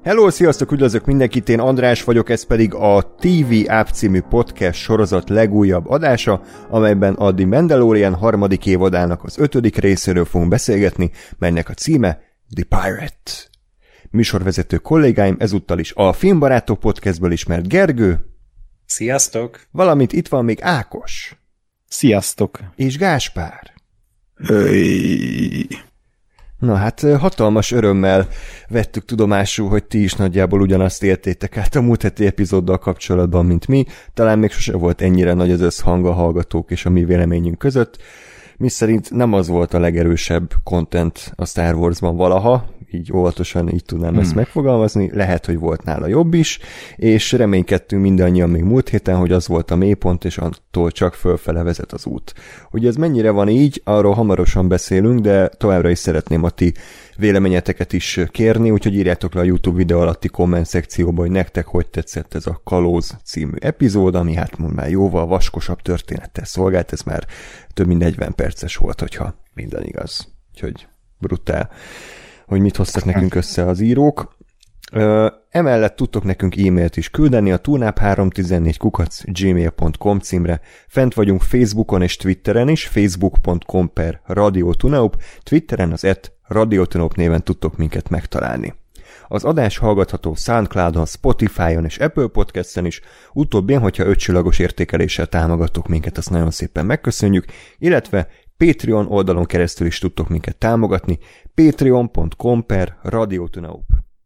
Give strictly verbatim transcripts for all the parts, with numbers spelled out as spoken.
Hello, sziasztok, üdvözlök mindenkit, én András vagyok, ez pedig a té vé App című podcast sorozat legújabb adása, amelyben a The Mandalorian harmadik évadának az ötödik részéről fogunk beszélgetni, melynek a címe The Pirate. Műsorvezető kollégáim ezúttal is a Filmbarátok podcastből ismert Gergő. Sziasztok! Valamint itt van még Ákos. Sziasztok! És Gáspár. Öy. Na hát hatalmas örömmel vettük tudomásul, hogy ti is nagyjából ugyanazt éltétek át a múlt heti epizóddal kapcsolatban, mint mi. Talán még sose volt ennyire nagy az összhang a hallgatók és a mi véleményünk között. Mi szerint nem az volt a legerősebb content a Star Warsban valaha, így óvatosan így tudnám hmm. ezt megfogalmazni, lehet, hogy volt nála jobb is, és reménykedtünk mindannyian még múlt héten, hogy az volt a mélypont, és attól csak fölfele vezet az út. Hogy ez mennyire van így, arról hamarosan beszélünk, de továbbra is szeretném a ti véleményeteket is kérni, úgyhogy írjátok le a YouTube videó alatti komment szekcióba, hogy nektek hogy tetszett ez a Kalóz című epizód, ami hát már jóval vaskosabb történettel szolgált, ez már több mint negyven perces volt, hogyha minden igaz. Úgyhogy brutál, hogy mit hoztak nekünk össze az írók. Ö, emellett tudtok nekünk e-mailt is küldeni a tunap három tizennégy kukac gmail pont com címre. Fent vagyunk Facebookon és Twitteren is, facebook pont com per Radio Tunaup, Twitteren az et Radio Tunaup néven tudtok minket megtalálni. Az adás hallgatható SoundCloudon, Spotify-on és Apple Podcast-en is, utóbbien, hogyha ötcsillagos értékeléssel támogattok minket, azt nagyon szépen megköszönjük, illetve Patreon oldalon keresztül is tudtok minket támogatni, patreon pont com per Radio Tunaup.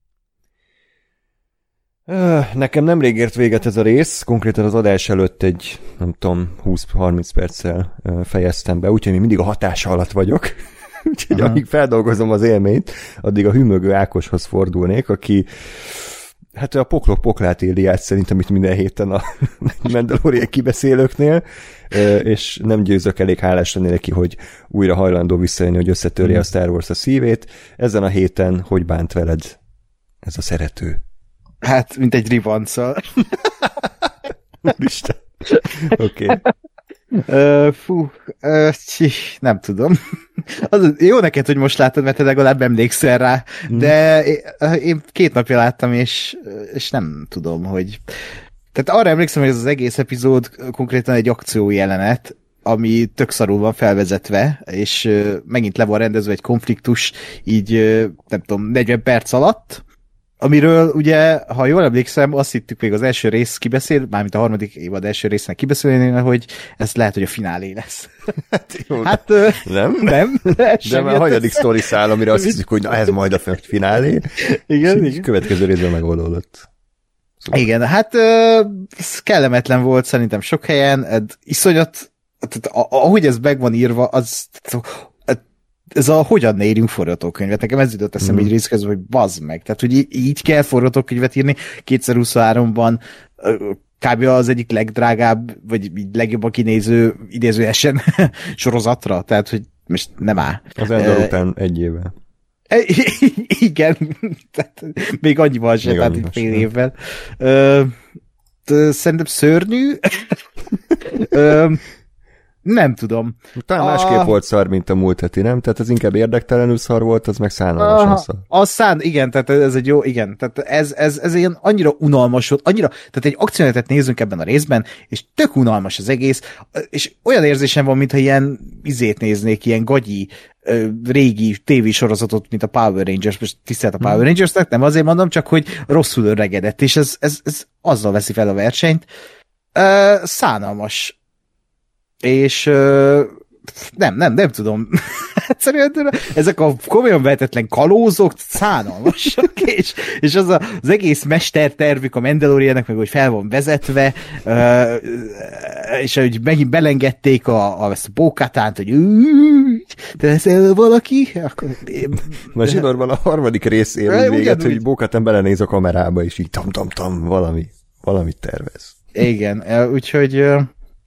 Nekem nemrég ért véget ez a rész, konkrétan az adás előtt egy, nem tudom, húsz-harminc perccel fejeztem be, úgyhogy még mindig a hatása alatt vagyok. Úgyhogy amíg feldolgozom az élményt, addig a hűmögő Ákoshoz fordulnék, aki hát a poklok poklát éli át szerintem itt minden héten a Mandalorian kibeszélőknél, és nem győzök elég hálás lenni neki, hogy újra hajlandó visszajönni, hogy összetörje a Star Wars a szívét. Ezen a héten hogy bánt veled ez a szerető? Hát, mint egy rivanccal. Úristen. Oké. Okay. Uh, fú, uh, csi, nem tudom. Az, jó neked, hogy most látod, mert te legalább emlékszel rá, mm. de én, én két napja láttam, és, és nem tudom, hogy... Tehát arra emlékszem, hogy ez az egész epizód konkrétan egy akció jelenet, ami tök szarul van felvezetve, és uh, megint le van rendezve egy konfliktus, így uh, nem tudom, negyven perc alatt, amiről ugye, ha jól emlékszem, azt hittük még az első rész kibeszél, mármint a harmadik évad első résznek kibeszélni, hogy ez lehet, hogy a finálé lesz. Hát, jó, hát nem? Nem. De már a hanyadik sztori száll, amire azt hiszük, hogy na, ez majd a finálé. Igen, igen. Következő részben megoldódott. Szóval. Igen, hát ez kellemetlen volt szerintem sok helyen, iszonyat, tehát ahogy ez meg van írva, az... ez a hogyan ne írjunk forgatókönyvet. Nekem ez jutott eszembe mm. egy rész közben, hogy bazd meg. Tehát, hogy így kell forgatókönyvet írni kétezer-huszonháromban kb. Az egyik legdrágább, vagy legjobban kinéző idézőesen sorozatra. Tehát, hogy most nem áll. Az Endor uh, után egy évvel. Igen. Tehát még annyival sem, tehát itt fél évvel. Uh, szerintem szörnyű. uh, Nem tudom. Talán másképp a... volt szar, mint a múlt heti, nem? Tehát az inkább érdektelenül szar volt, az meg szánalmasan szar. A szán, igen, tehát ez egy jó, igen, tehát ez, ez, ez ilyen annyira unalmas volt, annyira, tehát egy akciójelentet nézzünk ebben a részben, és tök unalmas az egész, és olyan érzésem van, mintha ilyen izét néznék, ilyen gagyi, régi tévésorozatot, mint a Power Rangers, most tisztelt a Power hmm. Rangersnek, nem azért mondom, csak hogy rosszul öregedett, és ez, ez, ez azzal veszi fel a versenyt. Uh, szánalmas. És uh, nem, nem, nem tudom. Egyszerűen ezek a komolyan vehetetlen kalózok szánalmasak, és, és az a, az egész mestertervük a Mandaloriannek, meg hogy fel van vezetve, uh, és hogy megint belengedték a, a, ezt a Bo-Katánt, hogy te leszel valaki? Akkor... Na zsinórban a harmadik rész ér véget, hogy Bo-Katán belenéz a kamerába, és így tam-tam-tam, valami, valamit tervez. Igen, úgyhogy... Uh,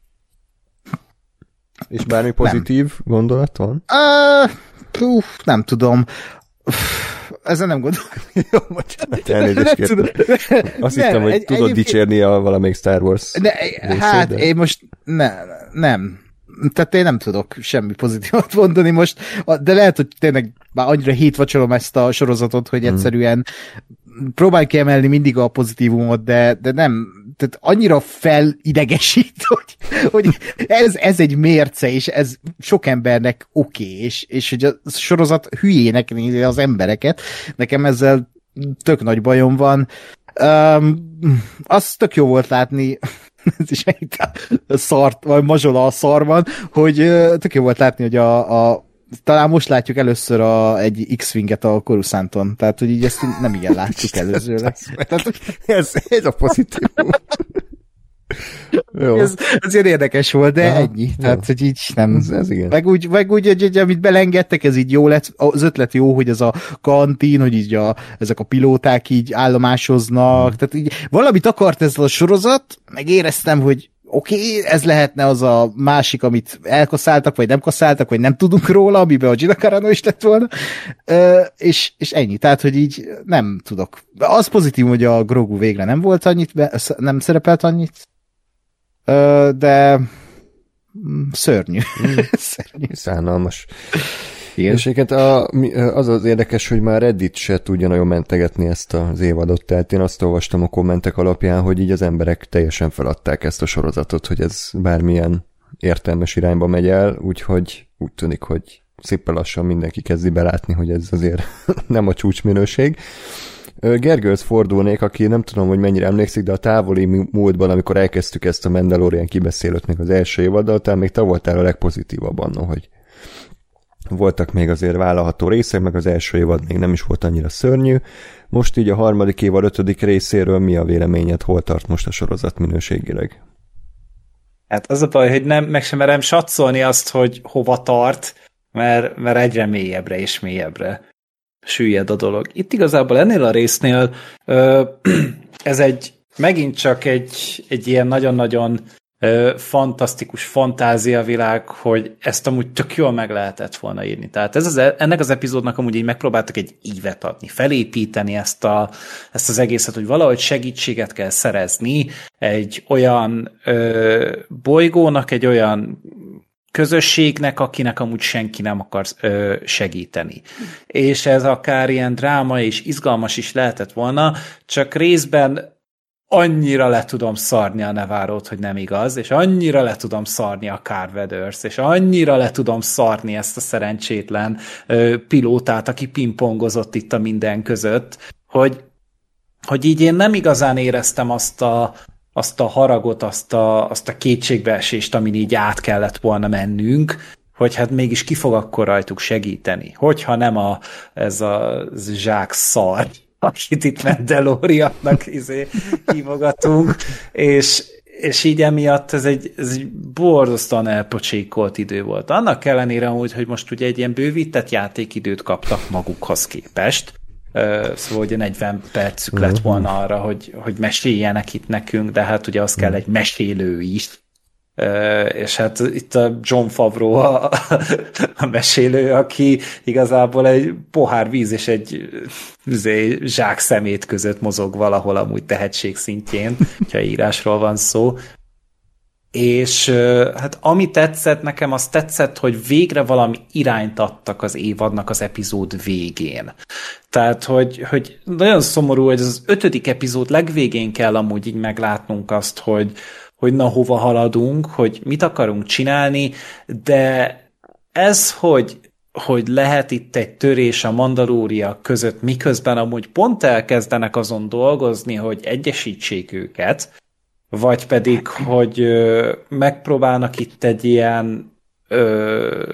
És bármi pozitív nem. gondolat van? Uh, puf, nem tudom. Ezen nem gondolom. Jó, bocsánat, elnézést kértem. Azt nem, hittem, hogy egy, tudod egy, dicsérni a valamelyik Star Wars ne, részét, Hát, de... én most ne, nem. Tehát én nem tudok semmi pozitívat mondani most, de lehet, hogy tényleg már annyira hétvacsolom ezt a sorozatot, hogy egyszerűen próbálj kiemelni mindig a pozitívumot, de, de nem, tehát annyira felidegesít, hogy, hogy ez, ez egy mérce, és ez sok embernek oké, okay, és, és hogy a sorozat hülyének nézi az embereket. Nekem ezzel tök nagy bajom van. Um, az tök jó volt látni, ez is egy szart, vagy mazsola a szarban, hogy tök jó volt látni, hogy a, a talán most látjuk először a, egy X-Winget a Coruscanton, tehát hogy így ezt nem igen látjuk előzőleg. Tehát, ez, ez a pozitívum. Jó. Ez, ez ilyen érdekes volt, de ja, ennyi. Tehát, jó. Hogy így nem. Ez, ez igen. Meg úgy, meg úgy hogy, hogy amit belengedtek, ez így jó lett. Az ötlet jó, hogy ez a kantin, hogy így a, ezek a pilóták így állomásoznak. Hmm. Tehát így valamit akart ez a sorozat, meg éreztem, hogy oké, okay, ez lehetne az a másik, amit elkaszáltak, vagy nem kaszáltak, vagy nem tudunk róla, amiben a Gina Carano is lett volna. Ö, és, és ennyi. Tehát, hogy így nem tudok. Az pozitív, hogy a Grogu végre nem volt annyit, be, nem szerepelt annyit, ö, de szörnyű. Mm. Szörnyű. Szánalmas. Igen. És egyébként a, az az érdekes, hogy már Reddit se tudja nagyon mentegetni ezt az évadot, tehát én azt olvastam a kommentek alapján, hogy így az emberek teljesen feladták ezt a sorozatot, hogy ez bármilyen értelmes irányba megy el, úgyhogy úgy tűnik, hogy szépen lassan mindenki kezdi belátni, hogy ez azért nem a csúcsminőség. Gergőhöz fordulnék, aki nem tudom, hogy mennyire emlékszik, de a távoli múltban, amikor elkezdtük ezt a Mandalorian kibeszélőt még az első évaddal, talán még te voltál a legpozitívabb anno, hogy voltak még azért vállalható részek, meg az első évad még nem is volt annyira szörnyű. Most így a harmadik évad ötödik részéről mi a véleményed, hol tart most a sorozat minőségileg? Hát az a baj, hogy nem, meg sem merem satszolni azt, hogy hova tart, mert, mert egyre mélyebbre és mélyebbre süllyed a dolog. Itt igazából ennél a résznél ö, ez egy megint csak egy, egy ilyen nagyon-nagyon fantasztikus fantáziavilág, hogy ezt amúgy tök jól meg lehetett volna írni. Tehát ez az, ennek az epizódnak amúgy így megpróbáltak egy ívet adni, felépíteni ezt, a, ezt az egészet, hogy valahogy segítséget kell szerezni egy olyan ö, bolygónak, egy olyan közösségnek, akinek amúgy senki nem akar ö, segíteni. És ez akár ilyen dráma és izgalmas is lehetett volna, csak részben annyira le tudom szarni a Nevarrót, hogy nem igaz, és annyira le tudom szarni a Carveders, és annyira le tudom szarni ezt a szerencsétlen ö, pilótát, aki pingpongozott itt a minden között, hogy, hogy így én nem igazán éreztem azt a, azt a haragot, azt a, azt a kétségbeesést, amin így át kellett volna mennünk, hogy hát mégis ki fog akkor rajtuk segíteni. Hogyha nem a, ez a zsák szar, akit itt Mandaloriannak izé hívogatunk, és, és így emiatt ez egy, ez egy borzasztóan elpocsékolt idő volt. Annak ellenére úgy, hogy most ugye egy ilyen bővített játékidőt kaptak magukhoz képest, szóval ugye negyven percük lett volna arra, hogy, hogy meséljenek itt nekünk, de hát ugye az kell egy mesélő is, Uh, és hát itt a Jon Favreau a, a mesélő, aki igazából egy pohár víz és egy zsák szemét között mozog valahol amúgy tehetség szintjén, ha írásról van szó. És uh, hát ami tetszett nekem, az tetszett, hogy végre valami irányt adtak az évadnak az epizód végén. Tehát, hogy, hogy nagyon szomorú, hogy az ötödik epizód legvégén kell amúgy így meglátnunk azt, hogy hogy na hova haladunk, hogy mit akarunk csinálni, de ez, hogy, hogy lehet itt egy törés a Mandalóriak között, miközben amúgy pont elkezdenek azon dolgozni, hogy egyesítsék őket, vagy pedig, hogy ö, megpróbálnak itt egy ilyen ö,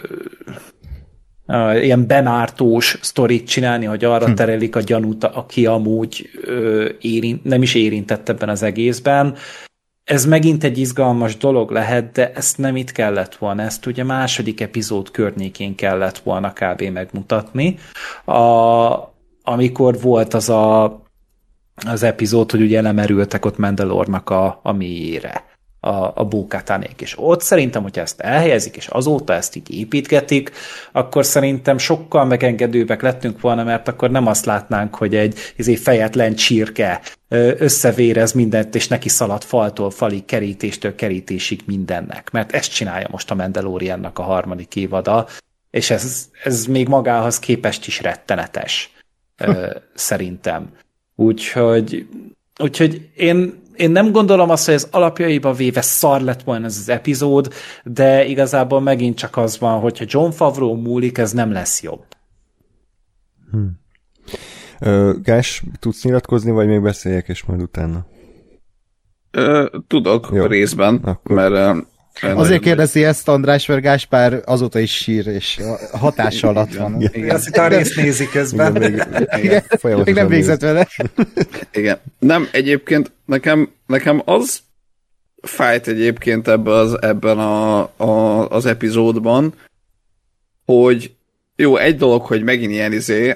ö, ilyen benártós sztorit csinálni, hogy arra hm. terelik a gyanút, aki amúgy ö, érint, nem is érintett ebben az egészben. Ez megint egy izgalmas dolog lehet, de ezt nem itt kellett volna, ezt ugye második epizód környékén kellett volna kb. Megmutatni, a, amikor volt az a, az epizód, hogy ugye lemerültek ott Mandalornak a, a mélyére, a, a Bo-Katanék, és ott szerintem, hogyha ezt elhelyezik, és azóta ezt így építgetik, akkor szerintem sokkal megengedőbbek lettünk volna, mert akkor nem azt látnánk, hogy egy izé fejetlen csirke összevérez mindent, és neki szalad faltól falig, kerítéstől kerítésig mindennek. Mert ezt csinálja most a Mandaloriannak a harmadik évada, és ez, ez még magához képest is rettenetes, szerintem. Úgyhogy, úgyhogy én, én nem gondolom azt, hogy ez alapjaiba véve szar lett volna ez az epizód, de igazából megint csak az van, hogyha Jon Favreau múlik, ez nem lesz jobb. Hmm. Ö, Gás, tudsz nyilatkozni, vagy még beszéljek, és majd utána? Ö, tudok, Jó. részben, Akkor. mert... Azért kérdezi ezt András, mert Gáspár azóta is sír, és hatása alatt van. Igen, igen. Azt itt a részt nézi közben. Igen, még, igen, igen. még nem végzett vele. Igen. Nem, egyébként nekem, nekem az fájt egyébként ebben az, ebben a, a, az epizódban, hogy jó, egy dolog, hogy megint ilyen izé,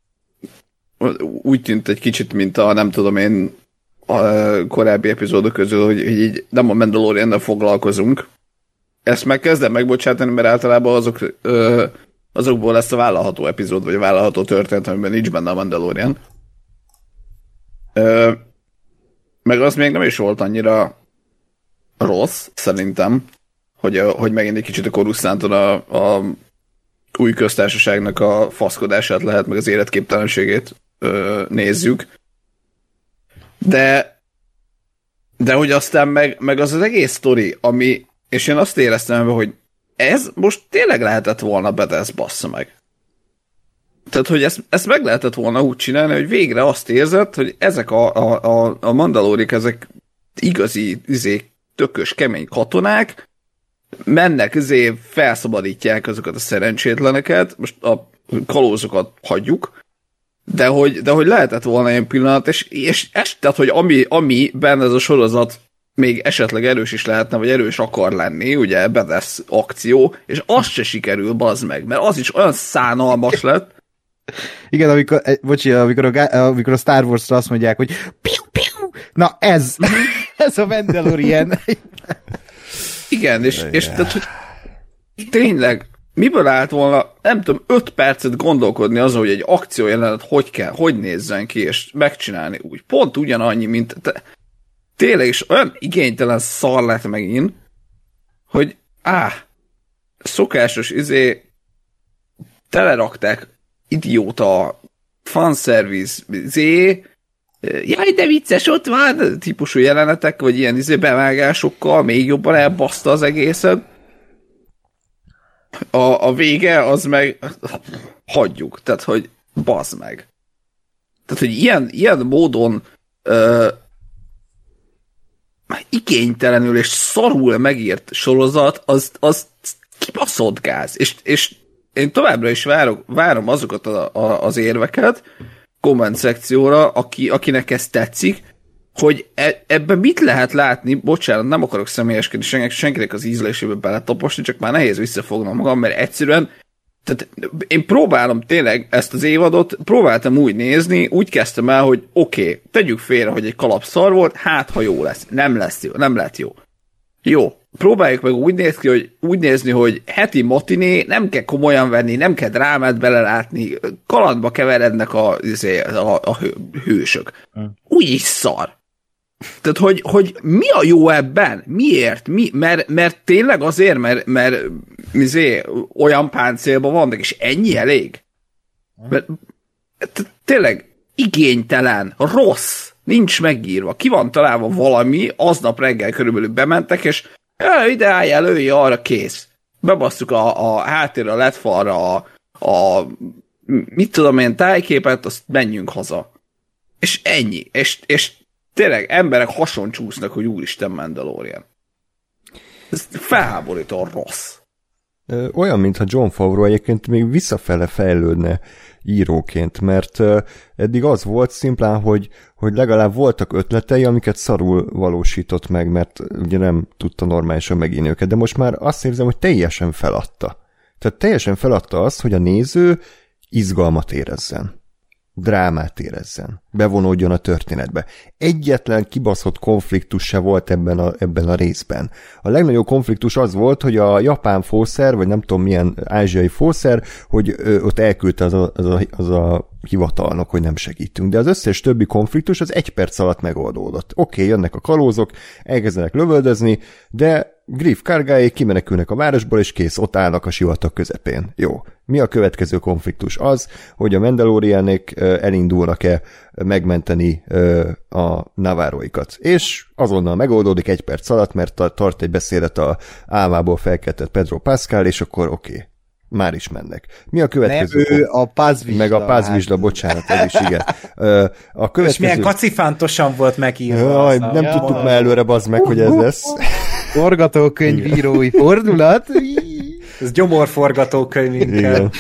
úgy tűnt egy kicsit, mint a nem tudom én a korábbi epizódok közül, hogy, hogy így nem a Mandaloriannal foglalkozunk. Ezt meg kezdem megbocsátani, mert általában azok, ö, azokból lesz a vállalható epizód, vagy a vállalható történet, amiben nincs benne a Mandalorian. Ö, meg az még nem is volt annyira rossz, szerintem, hogy, hogy megint egy kicsit a Coruscanton a, a új köztársaságnak a faszkodását lehet, meg az életképtelenségét ö, nézzük. De de hogy aztán meg, meg az az egész sztori, ami, és én azt éreztem ebben, hogy ez most tényleg lehetett volna bedesz, bassza meg. Tehát, hogy ezt, ezt meg lehetett volna úgy csinálni, hogy végre azt érzed, hogy ezek a, a, a, a mandalórik, ezek igazi, izé, tökös, kemény katonák, mennek, izé, felszabadítják azokat a szerencsétleneket, most a kalózokat hagyjuk, de hogy, de hogy lehetett volna ilyen pillanat, és, és és tehát, hogy ami, amiben ez a sorozat még esetleg erős is lehetne, vagy erős akar lenni, ugye bedesz akció, és az se sikerül, bazd meg, mert az is olyan szánalmas lett. Igen, amikor, bocsi, amikor a, amikor a Star Wars-ra azt mondják, hogy piu, piu, na ez, ez a Mandalorian. Igen, és, és tehát, hogy tényleg, miből állt volna, nem tudom, öt percet gondolkodni azon, hogy egy akciójelenet hogy kell, hogy nézzen ki, és megcsinálni úgy. Pont ugyanannyi, mint te, tényleg is olyan igénytelen szar lett megint, hogy áh, szokásos izé telerakták idióta fanservice izé, jaj, de vicces, ott van, típusú jelenetek, vagy ilyen izé bevágásokkal még jobban elbaszta az egészet. A, a vége az meg hagyjuk, tehát hogy bazd meg. Tehát, hogy ilyen, ilyen módon ö, igénytelenül és szarul megírt sorozat, az, az kibaszott gáz. És, és én továbbra is várok, várom azokat a, a, az érveket komment szekcióra, aki, akinek ez tetszik, hogy e, ebben mit lehet látni, bocsánat, nem akarok személyeskedni senkinek, senkinek az ízlésébe beletaposni, csak már nehéz visszafognom magam, mert egyszerűen tehát én próbálom tényleg ezt az évadot, próbáltam úgy nézni, úgy kezdtem el, hogy oké, okay, tegyük félre, hogy egy kalapszar volt, hát ha jó lesz. Nem lesz jó, nem lett jó. Jó, próbáljuk meg úgy nézni, hogy, úgy nézni, hogy heti matiné, nem kell komolyan venni, nem kell drámát belelátni, kalandba keverednek a, a, a hősök. Úgy is szar. Tehát, hogy, hogy mi a jó ebben? Miért? Mi? Mert, mert tényleg azért, mert, mert mizé, olyan páncélban vannak, és ennyi elég? Mert tényleg igénytelen, rossz, nincs megírva. Ki van találva valami, aznap reggel körülbelül bementek, és ide állj el, lőj arra, kész. Bebasszuk a, a háttérre, a ledfalra, a, a mit tudom én, tájképet, azt menjünk haza. És ennyi. És, és tényleg emberek hason csúsznak, hogy úristen Mandalorian. Ez felháborítóan rossz. Olyan, mintha Jon Favreau egyébként még visszafele fejlődne íróként, mert eddig az volt szimplán, hogy, hogy legalább voltak ötletei, amiket szarul valósított meg, mert ugye nem tudta normálisan megírni őket, de most már azt érzem, hogy teljesen feladta. Tehát teljesen feladta azt, hogy a néző izgalmat érezzen. Drámát érezzen, bevonódjon a történetbe. Egyetlen kibaszott konfliktus se volt ebben a, ebben a részben. A legnagyobb konfliktus az volt, hogy a japán fószer, vagy nem tudom milyen ázsiai fószer, hogy ö, ott elküldte az a, az, a, az a hivatalnok, hogy nem segítünk. De az összes többi konfliktus az egy perc alatt megoldódott. Oké, okay, jönnek a kalózok, elkezdenek lövöldözni, de Griff Kargáék kimenekülnek a városból, és kész, ott állnak a sivatag közepén. Jó. Mi a következő konfliktus? Az, hogy a Mandalorianék elindulnak-e megmenteni a navároikat. És azonnal megoldódik egy perc alatt, mert tart egy beszédet a álmából felkeltett Pedro Pascal, és akkor oké. Okay. Már is mennek. Mi a következő? Nem, ő a pázvizsla. Meg a pázvizsla, hát. Bocsánat, ez is igen. A következő... És milyen kacifántosan volt megírva. Jaj, nem ja, tudtuk már előre, bazd meg, hogy ez lesz. Forgatókönyvírói fordulat. Ez gyomorforgatókönyv inkább.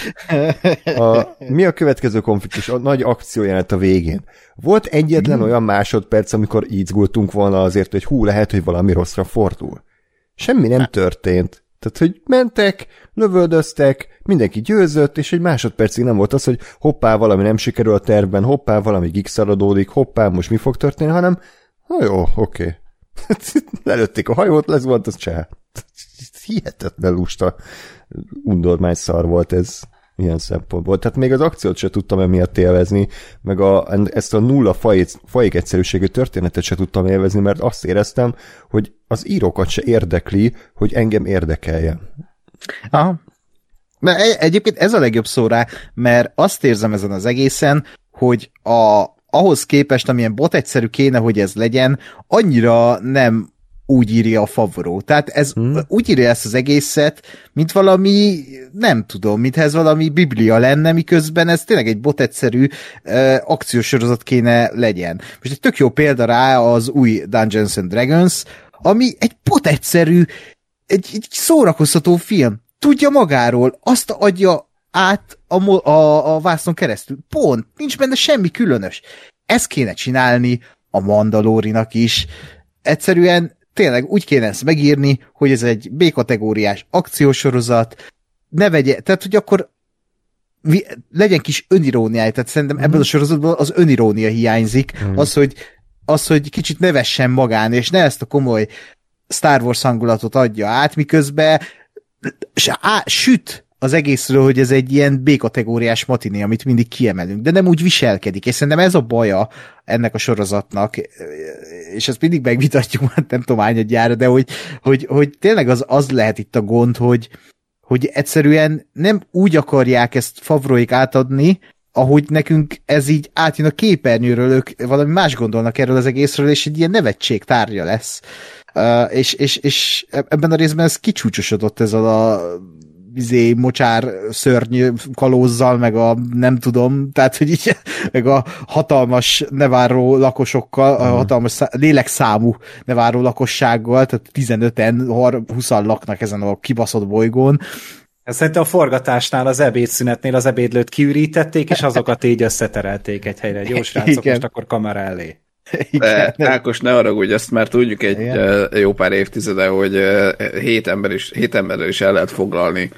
A, mi a következő konfliktus? A nagy akciójelenet a végén. Volt egyetlen hmm. olyan másodperc, amikor ízgultunk volna azért, hogy hú, lehet, hogy valami rosszra fordul. Semmi nem történt. Tehát, hogy mentek, lövöldöztek, mindenki győzött, és egy másodpercig nem volt az, hogy hoppá, valami nem sikerül a tervben, hoppá, valami gigszaradódik, hoppá, most mi fog történni, hanem na jó, oké. Okay. Lelőtték a hajót, lesz volt, az cseh. Hihetetlen lusta undormány szar volt ez ilyen szempontból. Tehát még az akciót sem tudtam emiatt élvezni, meg a, ezt a nulla fajék egyszerűségű történetet sem tudtam élvezni, mert azt éreztem, hogy az írókat se érdekli, hogy engem érdekeljen. Aha. Mert egyébként ez a legjobb szó rá, mert azt érzem ezen az egészen, hogy a, ahhoz képest, amilyen bot egyszerű kéne, hogy ez legyen, annyira nem úgy írja a Favreau. Tehát ez hmm. úgy írja ezt az egészet, mint valami, nem tudom, mintha ez valami biblia lenne, miközben ez tényleg egy bot egyszerű uh, akciósorozat kéne legyen. Most egy tök jó példa rá az új Dungeons and Dragons, ami egy bot egyszerű, egy, egy szórakoztató film. Tudja magáról, azt adja át a, a, a vászon keresztül. Pont. Nincs benne semmi különös. Ezt kéne csinálni a Mandalorinak is. Egyszerűen tényleg úgy kéne ezt megírni, hogy ez egy B-kategóriás akciósorozat, ne vegye, tehát hogy akkor vi, legyen kis öniróniája, tehát szerintem mm. ebből a sorozatból az önirónia hiányzik, mm. az, hogy, az, hogy kicsit ne vessen magán, és ne ezt a komoly Star Wars hangulatot adja át, miközben á, süt az egészről, hogy ez egy ilyen B-kategóriás matiné, amit mindig kiemelünk, de nem úgy viselkedik, és szerintem ez a baja ennek a sorozatnak, és ezt mindig megvitatjuk, már nem tudom hányadjára, de hogy, hogy, hogy tényleg az, az lehet itt a gond, hogy, hogy egyszerűen nem úgy akarják ezt Favreauék átadni, ahogy nekünk ez így átjön a képernyőről, ők valami más gondolnak erről az egészről, és egy ilyen nevetség tárgya lesz. Uh, és, és, és ebben a részben ez kicsúcsosodott ez a izé, mocsár szörny kalózzal, meg a nem tudom, tehát, hogy így, meg a hatalmas neváró lakosokkal, a hatalmas szá- lélekszámú neváró lakossággal, tehát tizenöten, húszan laknak ezen a kibaszott bolygón. Szerintem a forgatásnál, az ebédszünetnél az ebédlőt kiürítették, és azokat így összeterelték egy helyre. Jó srácok, most akkor kamera elé. De, Ákos, ne haragudj, ezt már tudjuk egy igen. jó pár évtizede, hogy hét ember is, hét emberrel is el lehet foglalni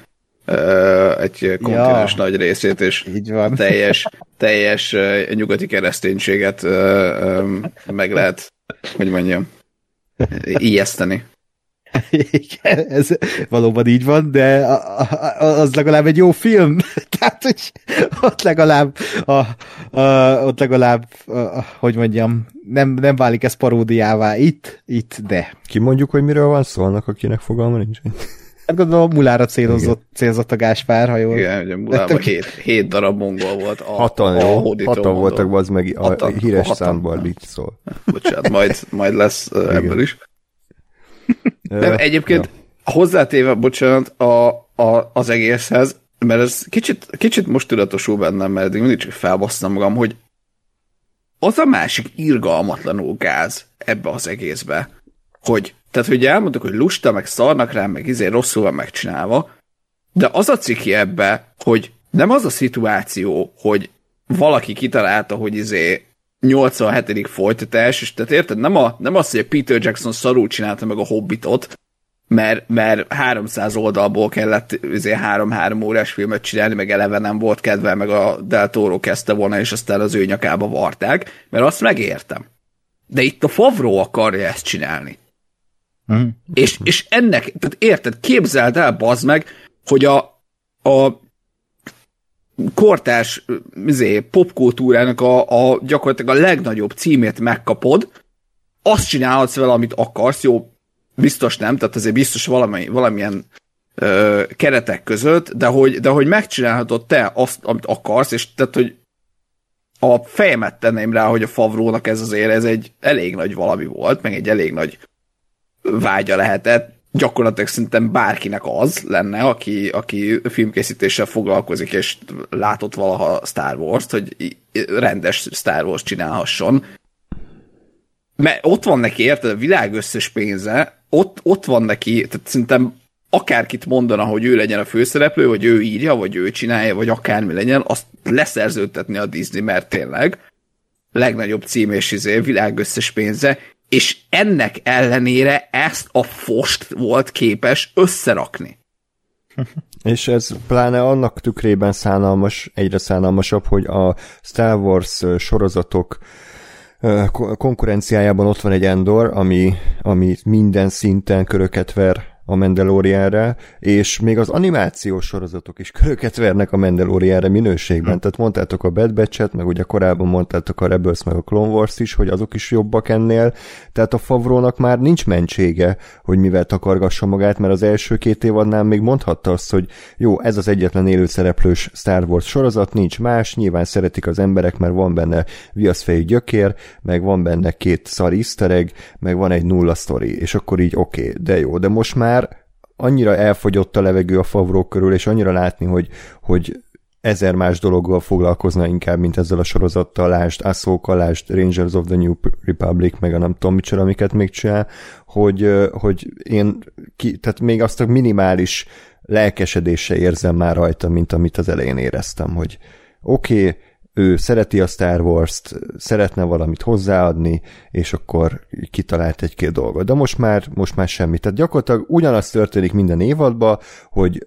egy kontinens ja, nagy részét, és teljes, teljes nyugati kereszténységet meg lehet, hogy mondjam, ijeszteni. Igen, ez valóban így van, de az legalább egy jó film. Tehát, hogy ott legalább, a, a, ott legalább a, hogy mondjam, nem, nem válik ez paródiává itt, itt, de. Ki mondjuk, hogy miről van szó, annak, akinek fogalma nincs? Hát gondolom, Mulára célozott, célozott a Gáspár, ha jól. Igen, ugye Mulában hét, hét darab mongol volt. A, hatan, a jó, hatan voltak, az meg a hatan, híres hatan. Számból így szól. Bocsánat, majd, majd lesz ebből is. Nem, egyébként ja. hozzátéve, bocsánat, a, a, az egészhez, mert ez kicsit, kicsit most tudatosul bennem, mert mindig csak felbasszam magam, hogy az a másik irgalmatlanul gáz ebbe az egészbe, hogy, tehát hogy elmondtuk, hogy lusta, meg szarnak rá, meg izé rosszul van megcsinálva, de az a ciki ebbe, hogy nem az a szituáció, hogy valaki kitalálta, hogy izé nyolcvanhetedik folytatás, és tehát érted, nem, a, nem az, hogy Peter Jackson szarul csinálta meg a Hobbitot, mert, mert háromszáz oldalból kellett azért három-három órás filmet csinálni, meg eleve nem volt kedve, meg a Del Toro kezdte volna, és aztán az ő nyakába varták, mert azt megértem. De itt a Favreau akarja ezt csinálni. Mm. És, és ennek, tehát érted, képzeld el, bazd meg, hogy a, a kortárs izé, popkultúrának a, a gyakorlatilag a legnagyobb címét megkapod, azt csinálhatsz vele, amit akarsz, jó, biztos nem, tehát azért biztos valami, valamilyen ö, keretek között, de hogy, de hogy megcsinálhatod te azt, amit akarsz, és tehát, hogy a fejemet tenném rá, hogy a Favrónak ez azért ez egy elég nagy valami volt, meg egy elég nagy vágya lehetett. Gyakorlatilag szerintem bárkinek az lenne, aki, aki filmkészítéssel foglalkozik, és látott valaha Star Wars-t, hogy rendes Star Wars csinálhasson. Mert ott van neki, érted, a világ összes pénze, ott, ott van neki, tehát szerintem akárkit mondana, hogy ő legyen a főszereplő, vagy ő írja, vagy ő csinálja, vagy akármi legyen, azt leszerződtetni a Disney, mert tényleg legnagyobb cím és izé, világ összes pénze, és ennek ellenére ezt a fost volt képes összerakni. És ez pláne annak tükrében szánalmas, egyre szánalmasabb, hogy a Star Wars sorozatok konkurenciájában ott van egy Endor, ami, ami minden szinten köröket ver a Mandalorianre, és még az animációs sorozatok is köröket vernek a Mandalorianre minőségben. Hm. Tehát mondtátok a Bad Batch-et, meg ugye korábban mondtátok a Rebels, meg a Clone Wars is, hogy azok is jobbak ennél. Tehát a Favrónak már nincs mentsége, hogy mivel takargassa magát, mert az első két évadnál még mondhatta azt, hogy jó, ez az egyetlen élőszereplős Star Wars sorozat, nincs más, nyilván szeretik az emberek, mert van benne viaszfejű gyökér, meg van benne két szar easter egg, meg van egy nulla sztori, és akkor így oké, okay, de jó, de most már annyira elfogyott a levegő a Favreau körül, és annyira látni, hogy, hogy ezer más dologgal foglalkozna inkább, mint ezzel a sorozattal, lásd Ahsoka, lásd Rangers of the New Republic, meg a nem tudom micsoda, amiket még csinál, hogy, hogy én ki, tehát még azt a minimális lelkesedése érzem már rajta, mint amit az elején éreztem, hogy oké, okay, ő szereti a Star Wars-t, szeretne valamit hozzáadni, és akkor kitalált egy-két dolgot. De most már, most már semmi. Tehát gyakorlatilag ugyanaz történik minden évadban, hogy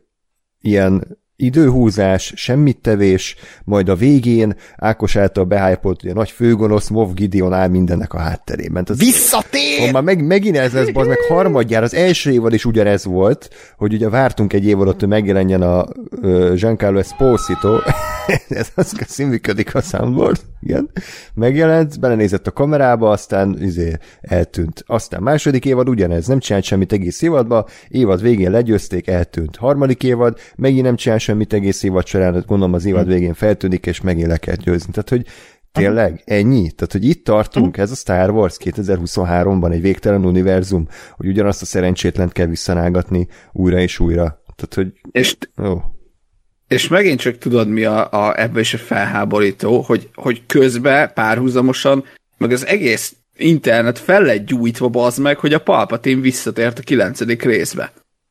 ilyen időhúzás, semmit tevés, majd a végén Ákos által behájpolt, hogy a nagy főgonosz Moff Gideon áll mindennek a hátterében. Tehát visszatér! Már meg, megint ez lesz, az meg harmadjára, az első évad is ugyanez volt, hogy ugye vártunk egy évadot, hogy megjelenjen a uh, Giancarlo Esposito, ez az színműködik a soundboard, igen, megjelent, belenézett a kamerába, aztán izé, eltűnt. Aztán második évad ugyanez, nem csinált semmit egész évadba, évad végén legyőzték, eltűnt. Harmadik évad, megint nem csinál semmit egész évad során, gondolom az évad végén feltűnik, és megint le kell győzni. Tehát, hogy tényleg ennyi? Tehát, hogy itt tartunk, ez a Star Wars kétezer-huszonháromban egy végtelen univerzum, hogy ugyanazt a szerencsétlent kell visszanágatni újra és újra. Tehát, hogy... És, oh. és megint csak tudod, mi a, a, ebben is a felháborító, hogy, hogy közben párhuzamosan, meg az egész internet fel lett gyújtva, bazd meg, hogy a Palpatine visszatért a kilencedik részbe.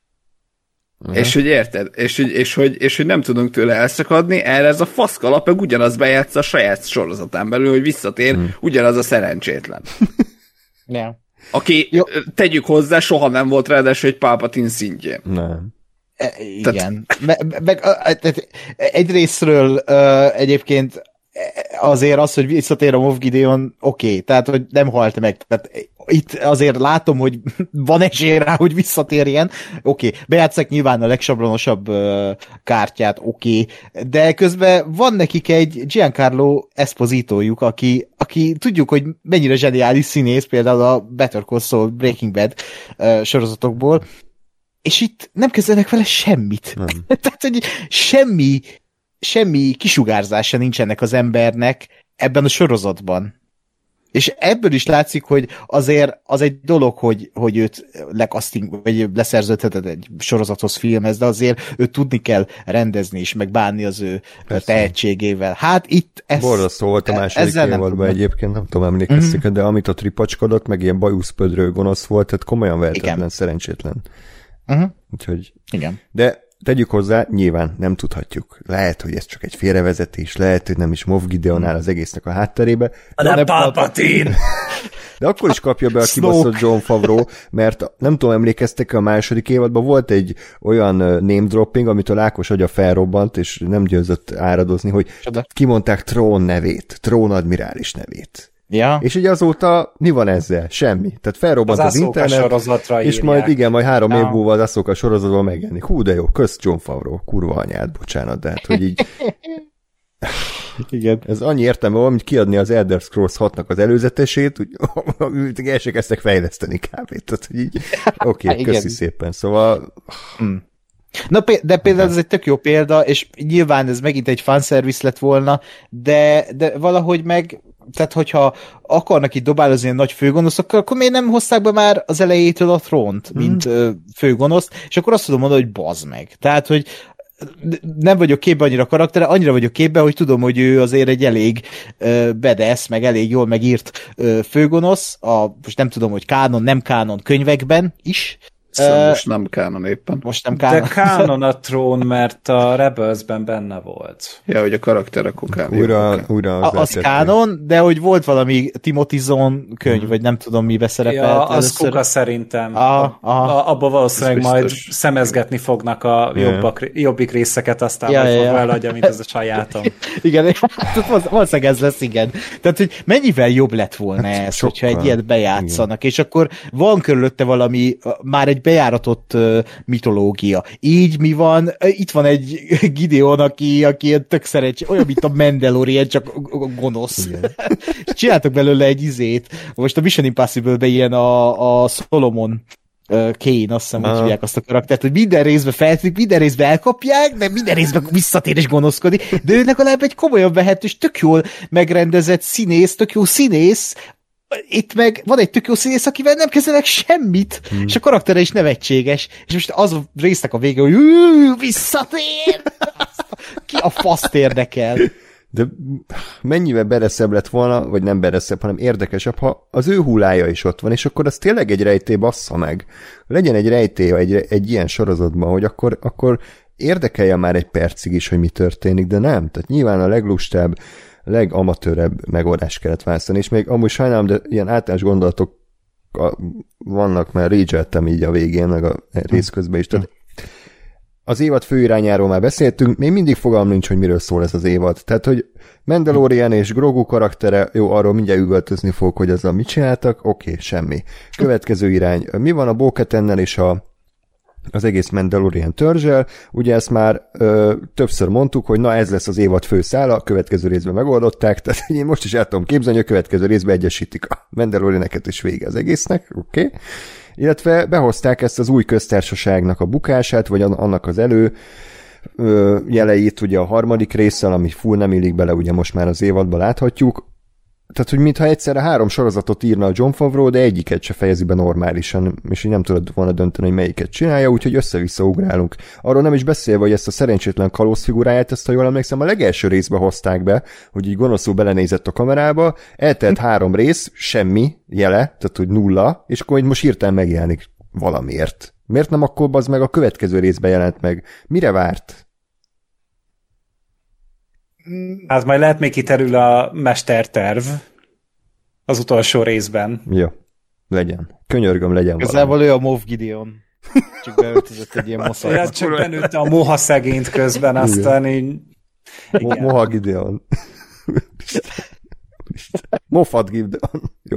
Uh-huh. És hogy érted? És hogy, és, hogy, és hogy nem tudunk tőle elszakadni, erre ez a faszkalap meg ugyanaz bejátsza a saját sorozatán belül, hogy visszatér uh-huh. ugyanaz a szerencsétlen. Yeah. Aki, Jó. tegyük hozzá, soha nem volt ráadásul egy Palpatine szintjén. Nem. E, igen. Tehát... Meg, meg egyrésztről uh, egyébként azért az, hogy visszatér a Moff Gideon, oké, okay, tehát, hogy nem halt meg. Tehát itt azért látom, hogy van esély rá, hogy visszatérjen, oké, okay. Bejátszák nyilván a legsablonosabb uh, kártyát, oké, okay. De közben van nekik egy Giancarlo Espositojuk, aki, aki tudjuk, hogy mennyire zseniális színész, például a Better Call Saul, Breaking Bad uh, sorozatokból, és itt nem kezdenek vele semmit. Tehát, hogy semmi semmi kisugárzása nincs ennek az embernek ebben a sorozatban. És ebből is látszik, hogy azért az egy dolog, hogy, hogy őt lekaszting, vagy leszerződheted egy sorozathoz, filmhez, de azért őt tudni kell rendezni és meg bánni az ő Persze. tehetségével. Hát itt ez... Borzasztó volt a második évadban egyébként, nem tudom, emlékeztek, mm-hmm. de amit ott ripacskodott, meg ilyen bajuszpödrő gonosz volt, tehát komolyan vehetetlen, szerencsétlen. Uh-huh. Úgyhogy... Igen. De tegyük hozzá, nyilván nem tudhatjuk. Lehet, hogy ez csak egy félrevezetés, lehet, hogy nem is Moff Gideon áll az egésznek a hátterébe. De, de Palpatine! De akkor is kapja be a kibaszott Jon Favreau, mert nem tudom, emlékeztek, a második évadban volt egy olyan name dropping, amitől Ákos agya felrobbant, és nem győzött áradozni, hogy kimondták Trón nevét, Trón admirális nevét. Ja. És ugye azóta mi van ezzel? Semmi. Tehát felrobbant az, az internet, és írják. majd igen, majd három ja. év múlva az Ahsoka sorozatban megjelenik. Hú, de jó, kösz Jon Favreau, kurva anyád, bocsánat, de hát, hogy így... Igen. Ez annyi értelme van, mint kiadni az Elder Scrolls hatnak az előzetesét, úgy el se kezdtek fejleszteni kávét. Tehát, hogy így, oké, okay, köszi szépen. Szóval... Mm. Na, de például ez egy tök jó példa, és nyilván ez megint egy fanservice lett volna, de, de valahogy meg, tehát hogyha akarnak itt dobálozni a nagy főgonoszokkal, akkor miért nem hozták be már az elejétől a trónt, mint mm. főgonoszt, és akkor azt tudom mondani, hogy bazd meg. Tehát, hogy nem vagyok képben annyira karaktere, annyira vagyok képben, hogy tudom, hogy ő azért egy elég uh, bedesz, meg elég jól megírt uh, főgonosz, a, most nem tudom, hogy kánon, nem kánon könyvekben is. Szóval uh, most nem kánon éppen. Most nem kánon. De kánon a trón, mert a Rebelsben benne volt. Ja, hogy a karakterek okán. Újra, újra az, az kánon, de hogy volt valami Timothy Zone könyv, mm. vagy nem tudom, mibe szerepelt. Ja, az kuka szerintem. Aha, aha. Abba valószínűleg majd szemezgetni fognak a jobbak, jobbik részeket, aztán ja, majd ja, fogva eladja, mint az a sajátom. Igen, valószínűleg ez lesz, igen. Tehát, hogy mennyivel jobb lett volna hát, ez, sokkal. Hogyha egy ilyet bejátszanak, igen. És akkor van körülötte valami, már egy bejáratott uh, mitológia. Így mi van? Itt van egy Gideon, aki, aki ilyen tök szerencsé, olyan, mint a Mandalorian, csak gonosz. Csináltak belőle egy izét. Most a Mission Impossible-ben ilyen a, a Solomon uh, Kane, azt hiszem, hogy hívják azt a karaktert, hogy minden részben feltűnik, minden részben elkapják, de minden részben visszatér és gonoszkodik, de ő legalább egy komolyan vehető, és tök jól megrendezett színész, tök jó színész. Itt meg van egy tök jó színész, akivel nem kezdenek semmit, hmm. és a karaktere is nevetséges, és most az résznek a vége, hogy visszatér! Ki a faszt érdekel? De mennyivel bereszebb lett volna, vagy nem bereszebb, hanem érdekesebb, ha az ő hullája is ott van, és akkor az tényleg egy rejtély bassza meg. Legyen egy rejtély egy, egy ilyen sorozatban, hogy akkor, akkor érdekelje már egy percig is, hogy mi történik, de nem. Tehát nyilván a leglustább, legamatőrebb megoldást kellett választani, és még amúgy sajnálom, de ilyen általános gondolatok vannak, mert rage-eltem így a végén, meg a rész közben is. Tehát az évad főirányáról már beszéltünk, még mindig fogalmam nincs, hogy miről szól ez az évad. Tehát, hogy Mandalorian és Grogu karaktere, jó, arról mindjárt üvöltözni fogok, hogy azzal mit csináltak, oké, okay, semmi. Következő irány. Mi van a Bo-Katannel és a az egész Mandalorian törzsel, ugye ezt már ö, többször mondtuk, hogy na ez lesz az évad főszála, a következő részben megoldották, tehát én most is el tudom képzelni, hogy a következő részben egyesítik a Mandalorianeket, és vége az egésznek, oké. Okay. Illetve behozták ezt az új köztársaságnak a bukását, vagy annak az elő ö, jeleit, ugye a harmadik résszel, ami full nem illik bele, ugye most már az évadban láthatjuk. Tehát, hogy mintha egyszerre három sorozatot írna a Jon Favreau, de egyiket se fejezi be normálisan, és így nem tudod volna dönteni, hogy melyiket csinálja, úgyhogy össze-vissza ugrálunk. Arról nem is beszélve, hogy ezt a szerencsétlen kalóz figuráját, ezt, ha jól emlékszem, a legelső részbe hozták be, hogy így gonoszul belenézett a kamerába, eltelt három rész, semmi jele, tehát hogy nulla, és akkor most hirtelen megjelenik valamiért. Miért nem akkor az meg a következő részben jelent meg? Mire várt? Hát majd lehet még kiterül a mesterterv az utolsó részben. Jó, legyen. Könyörgöm, legyen Közelval ő a Moff Gideon. Csak beöltözött egy ilyen moszat. Ja, csak benőtte a moha szegényt közben, aztán így... Mo- moha Gideon. Moffat Gideon. Jó.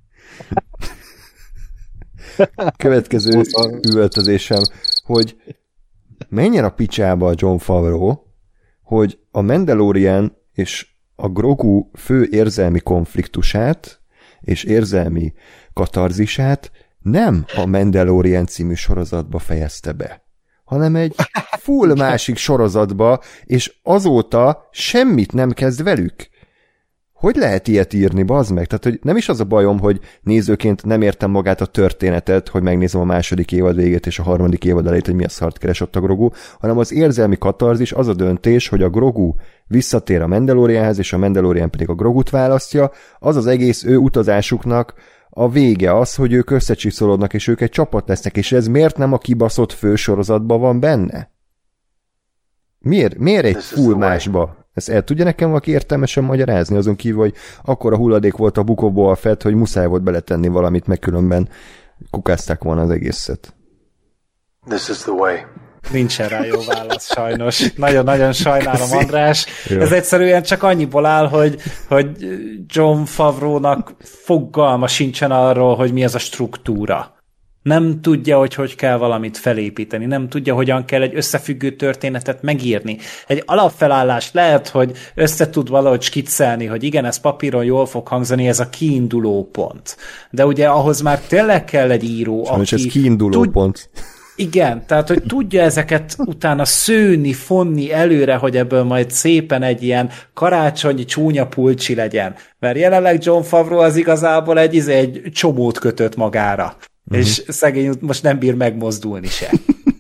Következő üvöltözésem, hogy menjen a picsába a Jon Favreau, hogy a Mandalorian és a Grogu fő érzelmi konfliktusát és érzelmi katarzisát nem a Mandalorian című sorozatba fejezte be, hanem egy full másik sorozatba, és azóta semmit nem kezd velük. Hogy lehet ilyet írni, bazd meg? Tehát, hogy nem is az a bajom, hogy nézőként nem értem magát a történetet, hogy megnézem a második évad végét és a harmadik évad elejét, hogy mi a szart keresett a Grogu, hanem az érzelmi katarzis, az a döntés, hogy a Grogu visszatér a Mandalorianhez, és a Mandalorian pedig a Grogut választja, az az egész ő utazásuknak a vége az, hogy ők összecsiszolódnak, és ők egy csapat lesznek, és ez miért nem a kibaszott fősorozatban van benne? Miért? Miért egy full másba? Ezt el tudja nekem valaki értelmesen magyarázni, azon kívül, hogy akkora hulladék volt a bukóból a fett, hogy muszáj volt beletenni valamit, meg különben kukázták volna az egészet. This is the way. Nincsen rá jó válasz, sajnos. Nagyon-nagyon sajnálom, András. Jó. Ez egyszerűen csak annyiból áll, hogy, hogy Jon Favreau-nak fogalma sincsen arról, hogy mi az a struktúra. Nem tudja, hogy hogy kell valamit felépíteni, nem tudja, hogyan kell egy összefüggő történetet megírni. Egy alapfelállást lehet, hogy össze tud valahogy skiccelni, hogy igen, ez papíron jól fog hangzani, ez a kiinduló pont. De ugye ahhoz már tényleg kell egy író, Sajnos aki... ez kiinduló tud... pont. Igen, tehát, hogy tudja ezeket utána szőni, fonni előre, hogy ebből majd szépen egy ilyen karácsonyi csúnya pulcsi legyen. Mert jelenleg Jon Favreau az igazából egy, egy csomót kötött magára. Uh-huh. És szegény most nem bír megmozdulni se.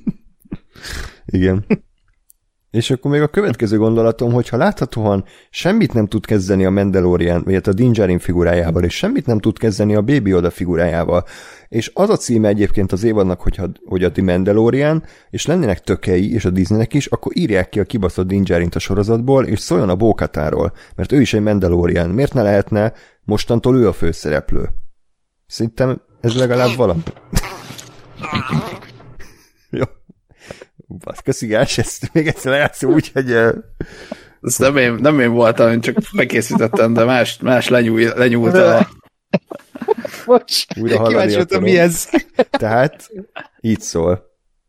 Igen. És akkor még a következő gondolatom, hogyha láthatóan semmit nem tud kezdeni a Mandalorian, vagy a Din Djarin figurájával, és semmit nem tud kezdeni a Baby Yoda figurájával, és az a címe egyébként az évadnak, hogyha, hogy a The Mandalorian, és lennének tökei, és a Disneynek is, akkor írják ki a kibaszott Din Djarint a sorozatból, és szóljon a Bo-Katáról, mert ő is egy Mandalorian. Miért ne lehetne mostantól ő a főszereplő? Szerintem ez legalább valami. Jó. Basz, köszi Gás, ezt még egyszer lejátszom úgy, hogy... Uh... Ezt nem én, nem én voltam, én csak megkészítettem, de más, más lenyúl, lenyúlta. Bocs, kíváncsi voltam, mi ez? Tehát így szól.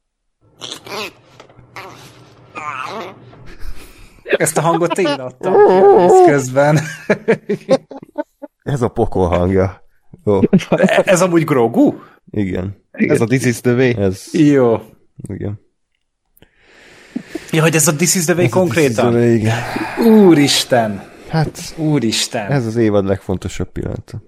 Ezt a hangot én adtam közben. Ez a pokol hangja. Ó. Ez amúgy Grogu? Igen. Igen. Ez a This is the Way. Ez... Jó. Igen. Ja, hogy ez a This is the Way ez konkrétan? Way, igen. Úristen. Hát, Úristen. Ez az évad legfontosabb pillanata.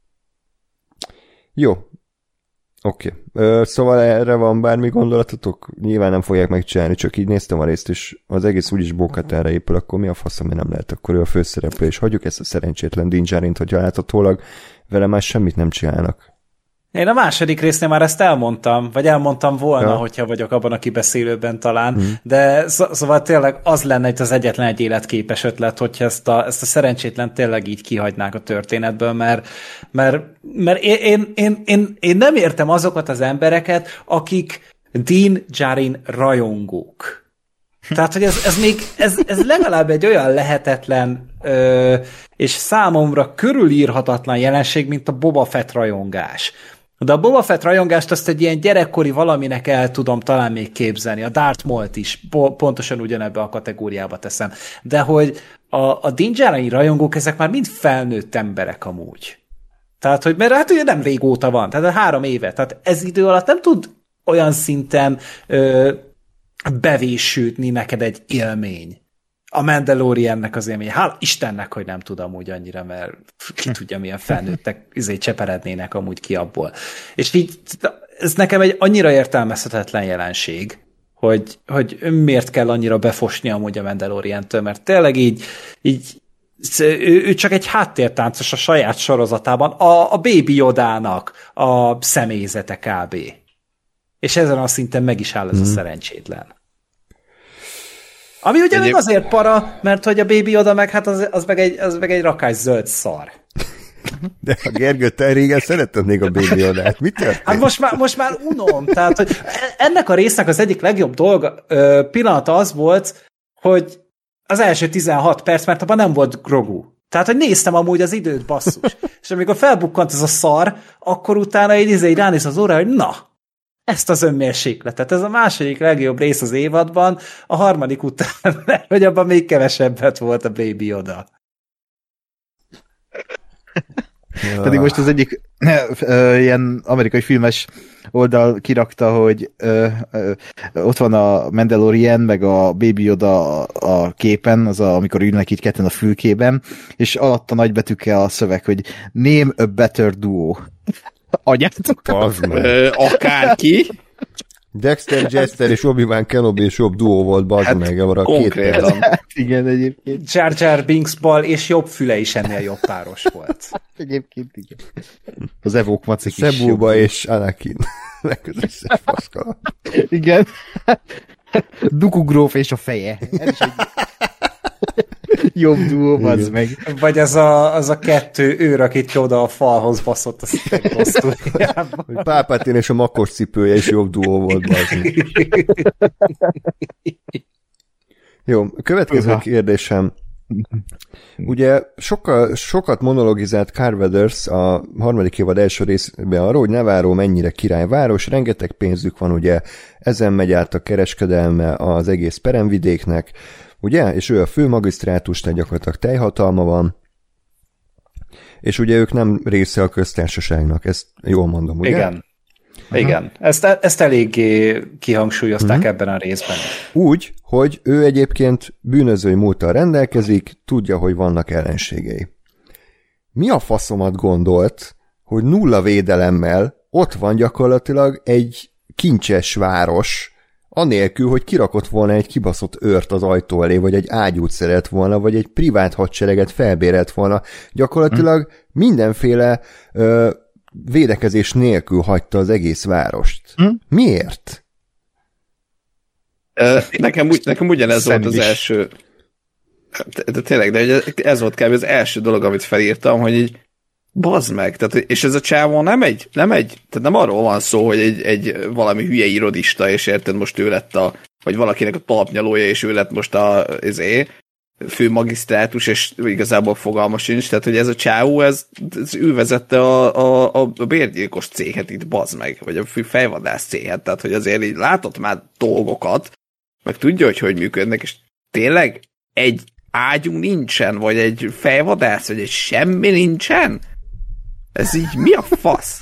Jó. Oké. Okay. Szóval erre van bármi gondolatotok? Nyilván nem fogják megcsinálni, csak így néztem a részt, és az egész úgyis Bo-Katára épül, akkor mi a fasz, ami nem lehet, akkor ő a főszereplő, és hagyjuk ezt a szerencsétlen Din Djarint, hogy láthatólag vele már semmit nem csinálnak. Én a második résznél már ezt elmondtam, vagy elmondtam volna, ja. hogyha vagyok abban a kibeszélőben talán, mm. de szó, szóval tényleg az lenne itt az egyetlen egy életképes ötlet, hogyha ezt a, ezt a szerencsétlen tényleg így kihagynák a történetből, mert, mert, mert én, én, én, én nem értem azokat az embereket, akik Din Djarin rajongók. Tehát, hogy ez, ez még, ez, ez legalább egy olyan lehetetlen ö, és számomra körülírhatatlan jelenség, mint a Boba Fett rajongás. De a Boba Fett rajongást azt egy ilyen gyerekkori valaminek el tudom talán még képzelni. A Darth Maul-t is po- pontosan ugyanebbe a kategóriába teszem. De hogy a, a Din Djarin rajongók, ezek már mind felnőtt emberek amúgy. Tehát, hogy mert hát ugye nem régóta van, tehát három éve. Tehát ez idő alatt nem tud olyan szinten ö, bevésődni neked egy élmény. A Mandaloriannek az élmény. Hál' Istennek, hogy nem tudom úgy annyira, mert ki tudja, milyen felnőttek izé cseperednének amúgy ki abból. És így ez nekem egy annyira értelmezhetetlen jelenség, hogy, hogy miért kell annyira befosni amúgy a Mandalorian-től, mert tényleg így, így ő, ő csak egy háttértáncos a saját sorozatában, a, a Baby Yodának a személyzete kb. És ezen a szinten meg is áll ez mm. a szerencsétlen. Ami ugye meg azért para, mert hogy a Baby Yoda meg, hát az, az, meg, egy, az meg egy rakás zöld szar. De a Gergő, te régen szeretted még a Baby Yodát. Mit történt? Hát most már, most már unom. Tehát, hogy ennek a résznek az egyik legjobb dolga, ö, pillanata az volt, hogy az első tizenhat perc, mert abban nem volt Grogu. Tehát, hogy néztem amúgy az időt, basszus. És amikor felbukkant ez a szar, akkor utána így, így ránéz az óra, hogy na, ezt az önmérsékletet. Ez a második legjobb rész az évadban, a harmadik után, hogy abban még kevesebbet volt a Baby Yoda. Ja. Pedig most az egyik ö, ilyen amerikai filmes oldal kirakta, hogy ö, ö, ott van a Mandalorian, meg a Baby Yoda a, a képen, az a, amikor ülnek így ketten a fülkében, és alatta nagybetűkkel a szöveg, hogy name a better duo. Anyátok? Ö, akárki. Dexter Jester és Obi-Wan Kenobi és jobb duó volt, bazd hát, meg, arra két perc. Hát, igen, egyébként. Jar Jar Binks bal és jobb füle is ennél jobb páros volt. Egyébként igen. Az Evók macik is Sebulba és Anakin. Legközösség faszkala. Igen. Dooku gróf és a feje. Ez is egy jobb duó, bazd meg. Vagy az a, az a kettő őr, akit ki oda a falhoz baszott a székposztújában. Palpatine és a makos cipője is jobb duó volt, bazd meg. Jó, a következő Uha. kérdésem. Ugye sokkal, sokat monologizált Carl Weathers a harmadik évad első részben arról, hogy Navarro mennyire királyváros, rengeteg pénzük van, ugye, ezen megy át a kereskedelme az egész peremvidéknek, ugye, és ő a fő magisztrátus, tehát gyakorlatilag teljhatalma van, és ugye ők nem része a köztársaságnak, ezt jól mondom, ugye? Igen. Aha. Igen, ezt, ezt eléggé kihangsúlyozták uh-huh. ebben a részben. Úgy, hogy ő egyébként bűnözői múlttal rendelkezik, tudja, hogy vannak ellenségei. Mi a faszomat gondolt, hogy nulla védelemmel ott van gyakorlatilag egy kincses város, anélkül, hogy kirakott volna egy kibaszott őrt az ajtó elé, vagy egy ágyút szerelt volna, vagy egy privát hadsereget felbérelt volna. Gyakorlatilag hmm. mindenféle ö, védekezés nélkül hagyta az egész várost. Hmm? Miért? Uh, nekem, nekem ugyanez volt az első... De, de tényleg, de ez volt kb. Az első dolog, amit felírtam, hogy így bazd meg, tehát, és ez a csávó nem egy, nem egy, tehát nem arról van szó, hogy egy, egy valami hülye irodista, és érted, most ő lett a, vagy valakinek a talpnyalója, és ő lett most a ezé, fő magisztrátus, és igazából fogalma sincs, tehát, hogy ez a csávó, ez, ez ő vezette a, a, a bérgyilkos céget itt, bazd meg, vagy a fejvadász céget, tehát, hogy azért így látott már dolgokat, meg tudja, hogy hogy működnek, és tényleg egy ágyunk nincsen, vagy egy fejvadász, vagy egy semmi nincsen? Ez így mi a fasz?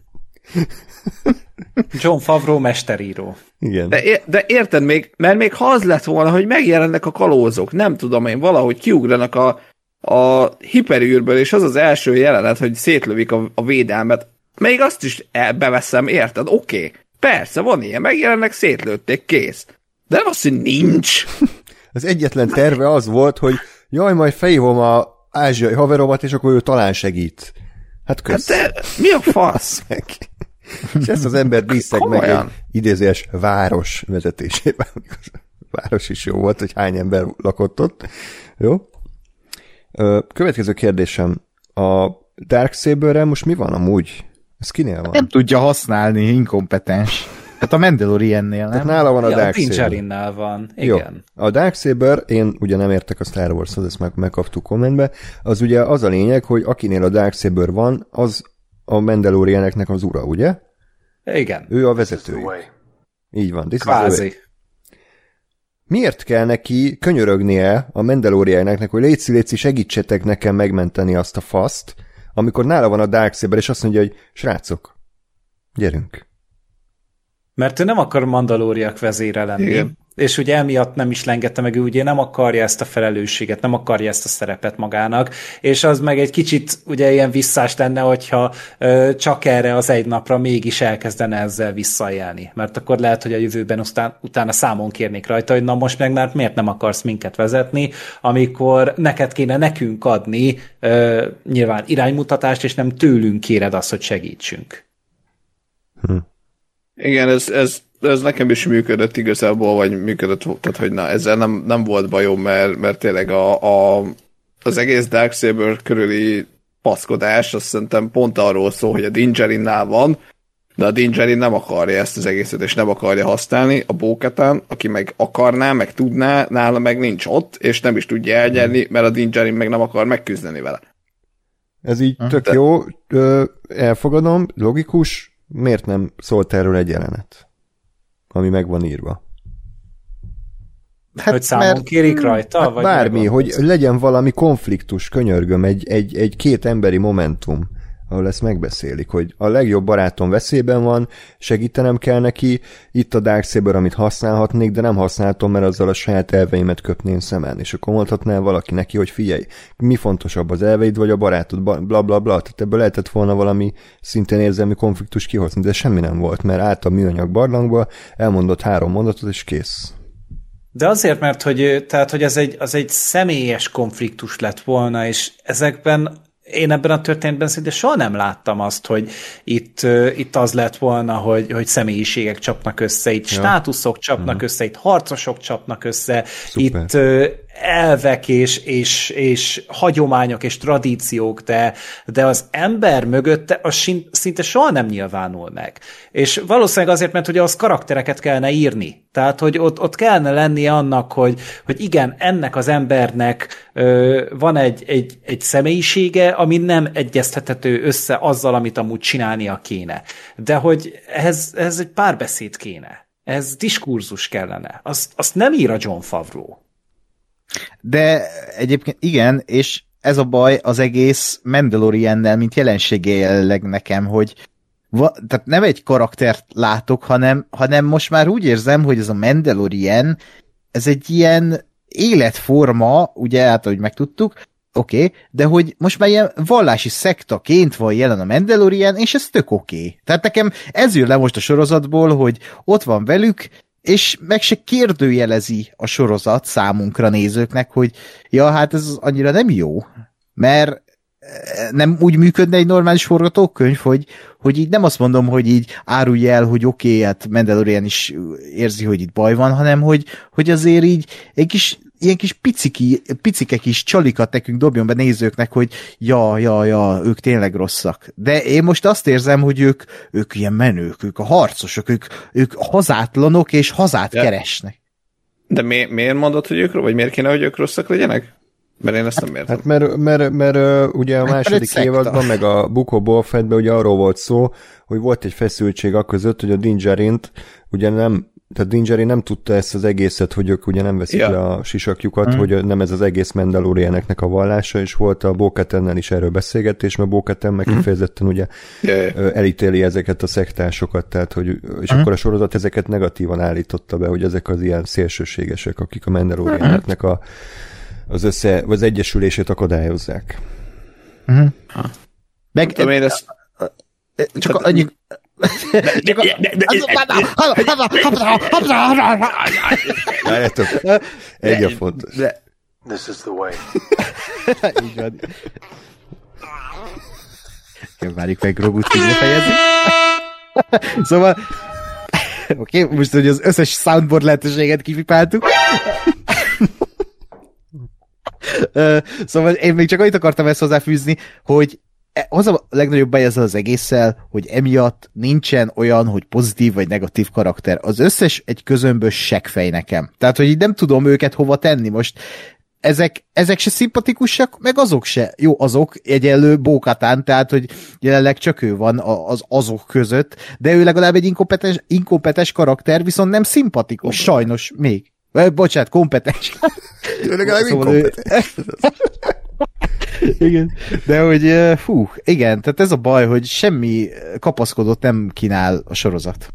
John Favreau mesteríró. Igen. De, de érted még, mert még ha az lett volna, hogy megjelennek a kalózok, nem tudom én, valahogy kiugranak a, a hiperűrből, és az az első jelenet, hogy szétlövik a, a védelmet, még azt is beveszem, érted? Oké, okay. Persze, van ilyen, megjelennek, szétlőtték, kész. De nem az, hogy nincs. Az egyetlen terve az volt, hogy jaj, majd felhívom a ázsiai haveromat, és akkor ő talán segít. Hát kösz. Hát de mi a fasz? És ezt az embert bíztek meg egy idézőes város vezetésében. Város is jó volt, hogy hány ember lakott ott. Jó? Következő kérdésem. A Darksaberrel most mi van amúgy? Ez kinél van? Nem tudja használni, inkompetens. Hát a Mandaloriannél, nem? Tehát nála van a ja, Darksaber. A Din van, igen. Jó. A Darksaber, én ugye nem értek a Star Wars-hoz, ezt meg megkaptuk kommentbe, az ugye az a lényeg, hogy akinél a Darksaber van, az a Mandalorianeknek az ura, ugye? Igen. Ő a vezető. Így van. Kvázi. Miért kell neki könyörögnie a Mandalorianeknek, hogy léci, léci, segítsetek nekem megmenteni azt a faszt, amikor nála van a Darksaber, és azt mondja, hogy srácok, gyerünk. Mert ő nem akar mandalóriak vezére lenni. Igen. És ugye emiatt nem is lengette meg, ő ugye nem akarja ezt a felelősséget, nem akarja ezt a szerepet magának, és az meg egy kicsit ugye ilyen visszás lenne, hogyha ö, csak erre az egy napra mégis elkezdene ezzel visszaélni. Mert akkor lehet, hogy a jövőben utána, utána számon kérnék rajta, hogy na most meg már miért nem akarsz minket vezetni, amikor neked kéne nekünk adni ö, nyilván iránymutatást, és nem tőlünk kéred azt, hogy segítsünk. Hm. Igen, ez, ez, ez nekem is működött igazából, vagy működött, tehát hogy na, ezzel nem, nem volt bajom, mert, mert tényleg a, a, az egész Darksaber körüli paszkodás, azt szerintem pont arról szól, hogy a Din Djarinnál van, de a Din Djarin nem akarja ezt az egészet, és nem akarja használni. A Bo-Katan, aki meg akarná, meg tudná, nála meg nincs ott, és nem is tudja elnyerni, mert a Din Djarin meg nem akar megküzdeni vele. Ez így tök de... jó, elfogadom, logikus. Miért nem szólt erről egy jelenet, ami meg van írva? Hát, hogy számon mert, kérik rajta? Hát vagy bármi, hogy legyen valami konfliktus, könyörgöm, egy, egy, egy két emberi momentum, ahol ezt megbeszélik, hogy a legjobb barátom veszélyben van, segítenem kell neki, itt a Darksaber, amit használhatnék, de nem használhatom, mert azzal a saját elveimet köpném szemen, és akkor mondhatná valaki neki, hogy figyelj, mi fontosabb, az elveid vagy a barátod, bla bla bla, bla. Tehát ebből lehetett volna valami szintén érzelmi konfliktus kihozni, de semmi nem volt, mert állt a műanyag barlangba, elmondott három mondatot, és kész. De azért, mert hogy, tehát, hogy ez egy, az egy személyes konfliktus lett volna, és ezekben én ebben a történetben szinte soha nem láttam azt, hogy itt, uh, itt az lett volna, hogy, hogy személyiségek csapnak össze, itt ja. státuszok csapnak uh-huh. össze, itt harcosok csapnak össze, Szuper. Itt uh, elvek és, és, és hagyományok és tradíciók, de, de az ember mögötte az szinte soha nem nyilvánul meg. És valószínűleg azért, mert ugye az karaktereket kellene írni. Tehát, hogy ott, ott kellene lennie annak, hogy, hogy igen, ennek az embernek ö, van egy, egy, egy személyisége, ami nem egyeztethető össze azzal, amit amúgy csinálnia kéne. De hogy ez, ez egy párbeszéd kéne. Ez diskurzus kellene. Azt, azt nem ír a Jon Favreau. De egyébként igen, és ez a baj az egész Mandaloriannel, mint jelenségéleg nekem, hogy va, tehát nem egy karaktert látok, hanem, hanem most már úgy érzem, hogy ez a Mandalorian, ez egy ilyen életforma, ugye, hát ahogy megtudtuk, oké, okay, de hogy most már ilyen vallási szektaként van jelen a Mandalorian, és ez tök oké. Okay. Tehát nekem ez jön le most a sorozatból, hogy ott van velük, és meg se kérdőjelezi a sorozat számunkra nézőknek, hogy ja, hát ez annyira nem jó, mert nem úgy működne egy normális forgatókönyv, hogy, hogy így nem azt mondom, hogy így árulj el, hogy oké, okay, hát Mandalorian is érzi, hogy itt baj van, hanem hogy, hogy azért így egy kis, ilyen kis piciki, picike kis csalikat nekünk dobjon be nézőknek, hogy ja, ja, ja, ők tényleg rosszak. De én most azt érzem, hogy ők, ők ilyen menők, ők a harcosok, ők, ők hazátlanok és hazát ja. keresnek. De mi, miért mondod, hogy ők, vagy miért kéne, hogy ők rosszak legyenek? Mert én ezt nem értem. Hát mert, mert, mert, mert ugye a második hát évadban, meg a Book of Boba Fettben ugye arról volt szó, hogy volt egy feszültség aközött, hogy a Din Djarint ugye nem, tehát Din Djarin nem tudta ezt az egészet, hogy ők ugye nem veszik ja. le a sisakjukat, mm. hogy nem ez az egész Mandalorianeknek a vallása, és volt a Bo-Katannel is erről beszélgetés, mert Bo-Katan meg kifejezetten ugye ja, ja. elítéli ezeket a szektásokat, tehát hogy, és mm. akkor a sorozat ezeket negatívan állította be, hogy ezek az ilyen szélsőségesek, akik a Mandalorianeknek a az össze, az egyesülését akadályozzák. Uh-huh. Meg, tudom én ezt... Csak annyi... Várjátok, egy a fontos. This is the way. Így van. Jó, várjuk meg Grogut ki befejezni. Szóval... Oké, okay, most hogy az összes soundboard lehetőséget kipipáltuk. Uh, szóval én még csak annyit akartam ezt hozzáfűzni, hogy az a legnagyobb baj ezzel az egésszel, hogy emiatt nincsen olyan, hogy pozitív vagy negatív karakter. Az összes egy közömbös seggfej nekem. Tehát, hogy így nem tudom őket hova tenni most. Ezek, ezek se szimpatikusak, meg azok se. Jó, azok egyenlő Bo-Katan, tehát, hogy jelenleg csak ő van az azok között, de ő legalább egy inkompetens, inkompetens karakter, viszont nem szimpatikus, sajnos még. Bocsánat, kompetens. Ő legalább szóval inkompetens. Igen. De hogy, fú, igen, tehát ez a baj, hogy semmi kapaszkodót nem kínál a sorozat.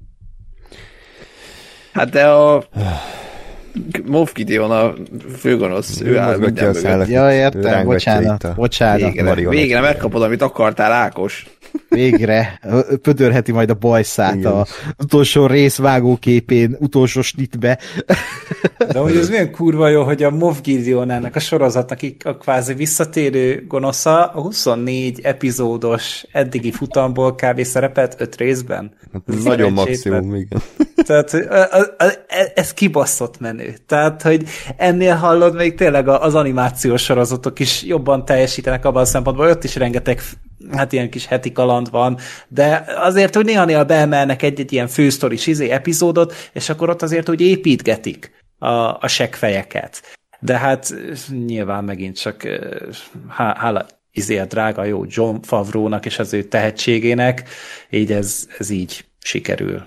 Hát de a Moff Gideon a főgonosz, ő, ő áll minden mögött. Ja, értem, bocsánat, bocsánat. Végre, végre megkapod, amit akartál, Ákos. Végre pödörheti majd a bajszát az utolsó részvágóképén, utolsó snitbe. De hogy ez milyen kurva jó, hogy a Moff Gideon ennek a sorozatnak a kvázi visszatérő gonosza a huszonnégy epizódos eddigi futamból kb. Szerepelt öt részben. Hát nagyon maximum, igen. Tehát a, a, a, ez kibaszott menő. Tehát, hogy ennél hallod, még tényleg az animációs sorozatok is jobban teljesítenek abban a szempontból, ott is rengeteg hát ilyen kis heti kaland van, de azért, hogy néha-néha beemelnek egy-egy ilyen fősztoris izé epizódot, és akkor ott azért úgy építgetik a, a seggfejeket. De hát nyilván megint csak há, hála izé a drága jó Jon Favreau-nak és az ő tehetségének, így ez, ez így sikerül.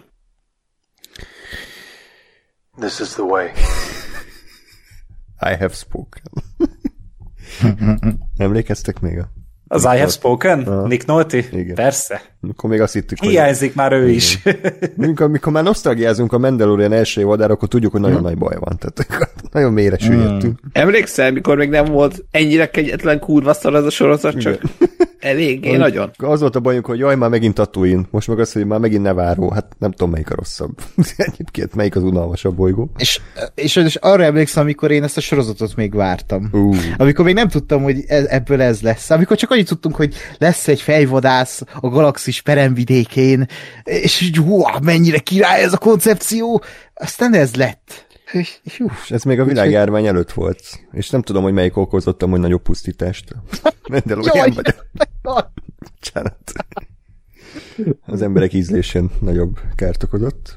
This is the way. I have spoken. Emlékeztek még a az I have spoken? Aha. Nick Nolte? Igen. Persze. Akkor még azt hittük, hogy... Hiányzik már ő is. Amikor, amikor már nosztalgiázunk a Mandalorian első évadára, akkor tudjuk, hogy nagyon hmm. nagy baj van. Tehát nagyon mélyre süllyedtünk. Hmm. Emlékszel, mikor még nem volt ennyire kegyetlen kurva szar ez a sorozat, csak eléggé hogy nagyon. Az volt a bajunk, hogy jaj, már megint Tatooine. Most meg az, hogy már megint Nevarro. Hát nem tudom, melyik a rosszabb. Egyébként melyik az unalmasabb bolygó. És, és, és arra emlékszem, amikor én ezt a sorozatot még vártam. Uh. Amikor még nem tudtam, hogy ez, ebből ez lesz. Amikor csak annyit tudtunk, hogy lesz egy fejvadász a galaxis peremvidékén, és hú, mennyire király ez a koncepció, aztán ez lett. Hú, És ez még a világjárvány előtt volt. És nem tudom, hogy melyik okozott amúgy nagyobb pusztítást. Mandalorian vagy a... Bocsánat. Az emberek ízlésén nagyobb kárt okozott.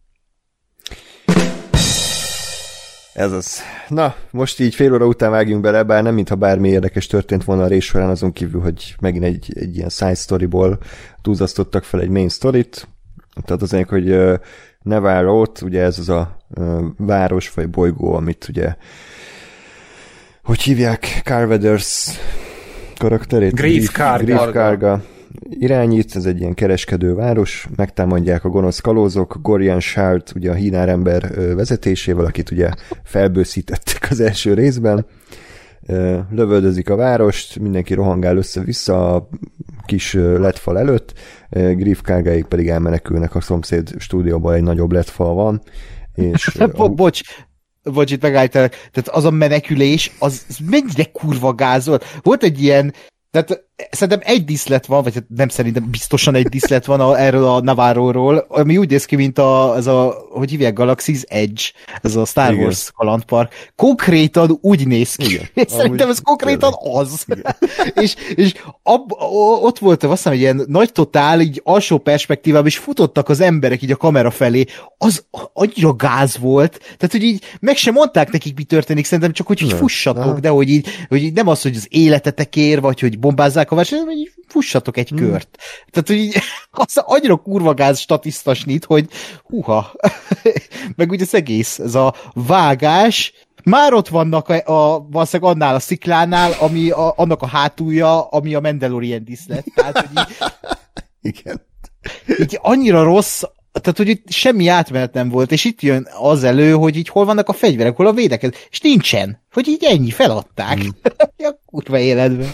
Ez az. Na, most így fél óra után vágjunk bele, bár nem mintha bármi érdekes történt volna a rész során, azon kívül, hogy megint egy, egy ilyen side storyból túlzasztottak fel egy main storyt. Tehát az egyik, hogy uh, Nevarro-t, ugye ez az a uh, város vagy bolygó, amit ugye hogy hívják Carl Weathers karakterét? Greef Karga. Greef Karga irányít, ez egy ilyen kereskedő város, megtámadják a gonosz kalózok, Gorian Shard, ugye a hínár ember vezetésével, akit ugye felbőszítettek az első részben, lövöldözik a várost, mindenki rohangál össze-vissza a kis ledfal előtt, Greef Kargáig pedig elmenekülnek a szomszéd stúdióban, egy nagyobb ledfal van, és... Bo- bocs, bocs, itt megállítanak, tehát az a menekülés, az mennyire kurva gáz volt. Volt egy ilyen, tehát szerintem egy diszlet van, vagy hát nem szerintem, biztosan egy diszlet van a, erről a Navarro-ról, ami úgy néz ki, mint a, ez a, hogy hívják, Galaxy's Edge, ez a Star Wars igen. kalandpark. Konkrétan úgy néz ki. Igen. Szerintem ez konkrétan tényleg. Az. és és ab, ott volt, azt hiszem, egy ilyen nagy totál, így alsó perspektívában, és futottak az emberek így a kamera felé. Az annyira gáz volt, tehát, hogy így meg sem mondták nekik, mi történik, szerintem csak, hogy így nem. fussatok, Aha. de hogy így, hogy így nem az, hogy az életetekért, vagy hogy bombázzák a versenyt, hogy fussatok egy hmm. kört. Tehát, hogy így, az annyira kurva gáz statisztasnit, hogy húha. Meg ugye az egész, ez a vágás, már ott vannak a, a valószínűleg annál a sziklánál, ami a, annak a hátulja, ami a Mandalorian diszlet. Tehát, hogy így, igen. Így annyira rossz, tehát, hogy itt semmi átmenet nem volt, és itt jön az elő, hogy így hol vannak a fegyverek, hol a védekezés, és nincsen. Hogy így ennyi, feladták. Hmm. Ja, kurva életben.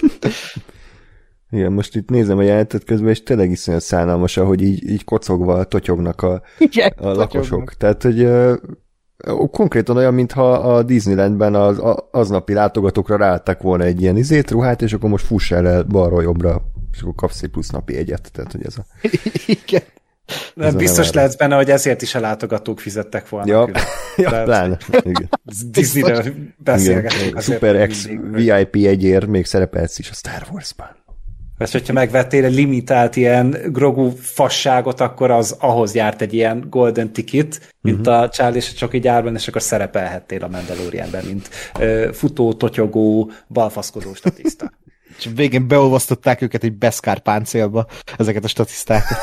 Igen, most itt nézem a jelentet közben, és tényleg iszonyat szánalmas, ahogy így, így kocogva totyognak a, Igen, a lakosok. Tehát, hogy uh, konkrétan olyan, mintha a Disneylandben az a, aznapi látogatókra ráadtak volna egy ilyen izét, ruhát, és akkor most fuss el balról jobbra, és akkor kapsz egy plusz napi egyet. Tehát, hogy ez a... Igen. Nem biztos nem lehetsz benne, hogy ezért is a látogatók fizettek volna. Ja, ja pláne. Disneyről beszélgetünk. Super X vé i pé egyért még szerepelsz is a Star Wars-ban. Mert hogyha megvettél egy limitált ilyen Grogu fasságot, akkor az ahhoz járt egy ilyen golden ticket, mint uh-huh. a Charlie és a Csoki gyárban, és akkor szerepelhettél a Mandalorianben, mint uh, futó, totyogó, balfaszkodó statiszta. És végén beolvasztották őket egy Beskar páncélba, ezeket a statisztákat.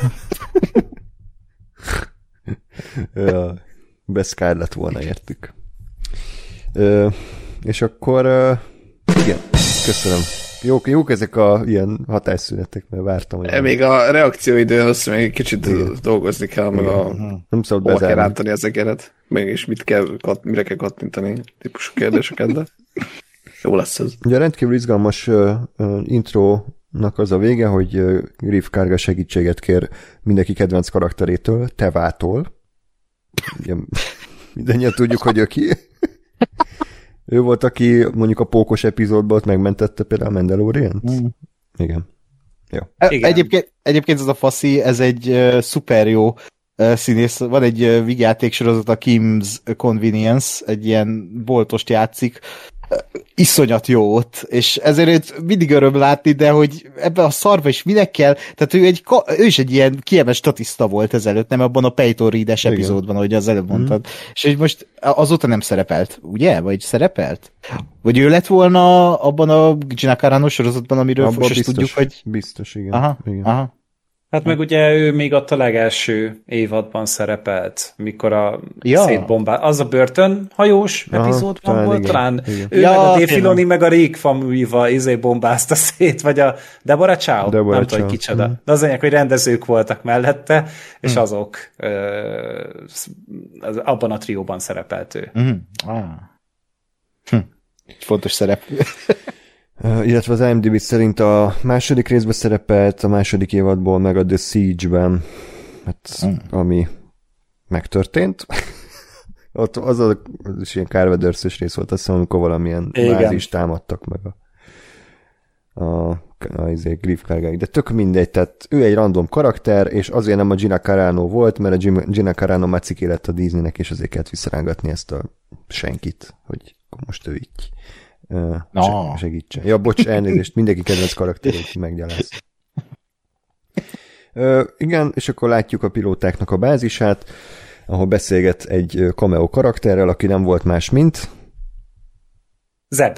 Ja, Beskar lett volna értük. Ö, és akkor uh, igen, köszönöm. Jók, jók ezek a ilyen hatásszünetek, mert vártam. Hogy még a reakcióidőn azt még kicsit igen. dolgozni kell, meg a nem szabad hol kell rántani az egeret, mégis mit kell, mire kell kattintani típusú kérdéseket, de jó lesz ez. Ugye a rendkívül izgalmas uh, uh, intrónak az a vége, hogy uh, Greef Karga segítséget kér mindenki kedvenc karakterétől, Tevától. Ugye, mindannyian tudjuk, hogy ő ki. Ő volt, aki mondjuk a pókos epizódban ott megmentette például a Mandalorian-t. Mm. Igen. Jó. Igen. Egyébként, egyébként ez a faszi, ez egy uh, szuper jó uh, színész. Van egy uh, vígjáték sorozat, a Kim's Convenience, egy ilyen boltost játszik. Uh, iszonyat jó ott, és ezért őt mindig öröm látni, de hogy ebben a szarba is minek kell, tehát ő, egy, ő is egy ilyen kiemelt statiszta volt ezelőtt, nem abban a Peyton Reed-es epizódban, ahogy az előbb mondtad. Mm. És hogy most azóta nem szerepelt, ugye? Vagy szerepelt? Vagy ő lett volna abban a Gina Carano sorozatban, amiről most is tudjuk, hogy... Biztos, igen. Aha, igen. aha. Hát meg ugye ő még ott a legelső évadban szerepelt, mikor a ja. szétbombált. Az a börtönhajós aha, epizódban talán volt, igen, talán igen. ő ja, meg a Dave Filoni meg a Rick Famuyival izé bombázta szét, vagy a Deborah Chow, Deborah nem tudom, hogy kicsoda. Mm. De az anyag, hogy rendezők voltak mellette, és mm. azok ö, abban a trióban szerepelt ő. Mm. Ah. Hm. Fontos szerep. Uh, illetve az IMDb szerint a második részben szerepelt, a második évadból meg a The Siege-ben, hát, mm. ami megtörtént. Ott az, a, az is ilyen Carl Weathers-ös rész volt, azt hiszem, amikor valamilyen bázist támadtak meg a, a a izé, Griff Karga, de tök mindegy, tehát ő egy random karakter, és azért nem a Gina Carano volt, mert a Gina- Gina Carano már ciké lett a Disneynek, és azért kellett visszarángatni ezt a senkit, hogy most ő így uh, No. segítsen. Ja, bocs, elnézést, mindenki kedvenc karakterét meggyaláz. Uh, igen, és akkor látjuk a pilótáknak a bázisát, ahol beszélget egy cameo karakterrel, aki nem volt más, mint... Zeb.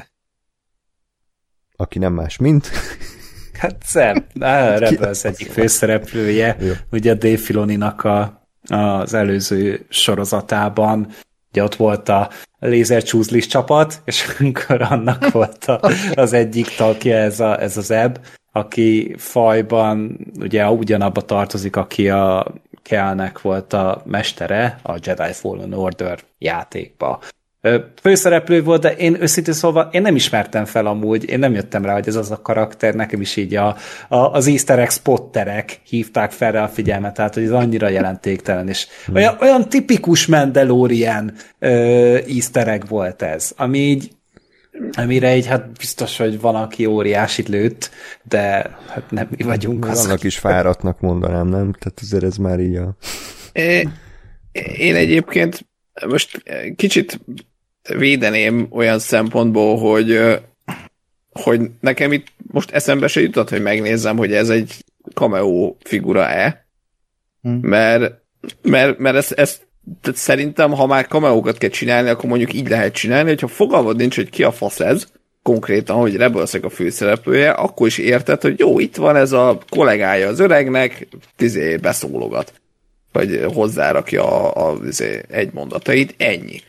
Aki nem más, mint... Hát Zeb, Rebels egyik főszereplője, Jó. ugye Dave Filoninak a, az előző sorozatában, ugye ott volt a lézercsúzlis csapat, és akkor annak volt a, az egyik tagja, ez a, ez a Zeb, aki fajban ugye ugyanabba tartozik, aki a Kelnek volt a mestere a Jedi Fallen Order játékba. Főszereplő volt, de én őszintén szólva én nem ismertem fel amúgy, én nem jöttem rá, hogy ez az a karakter, nekem is így a, a, az easter egg spotterek hívták fel rá a figyelmet, tehát hogy ez annyira jelentéktelen, és hmm. olyan, olyan tipikus Mandalorian uh, easter egg volt ez, ami így amire így hát biztos, hogy van, aki óriásit lőtt, de hát nem mi vagyunk az. azok. Annak is fáradtnak mondanám, nem? Tehát azért ez már így a... É, én egyébként most kicsit védeném olyan szempontból, hogy, hogy nekem itt most eszembe se jutott, hogy megnézzem, hogy ez egy cameo figura-e, hmm. mert, mert, mert ez, ez tehát szerintem, ha már cameókat kell csinálni, akkor mondjuk így lehet csinálni, hogyha fogalmad nincs, hogy ki a fasz ez, konkrétan, hogy Rebelsnek a főszereplője, akkor is érted, hogy jó, itt van ez a kollégája az öregnek, tizé beszólogat, vagy hozzárakja a, a, izé, egy mondatait, ennyi.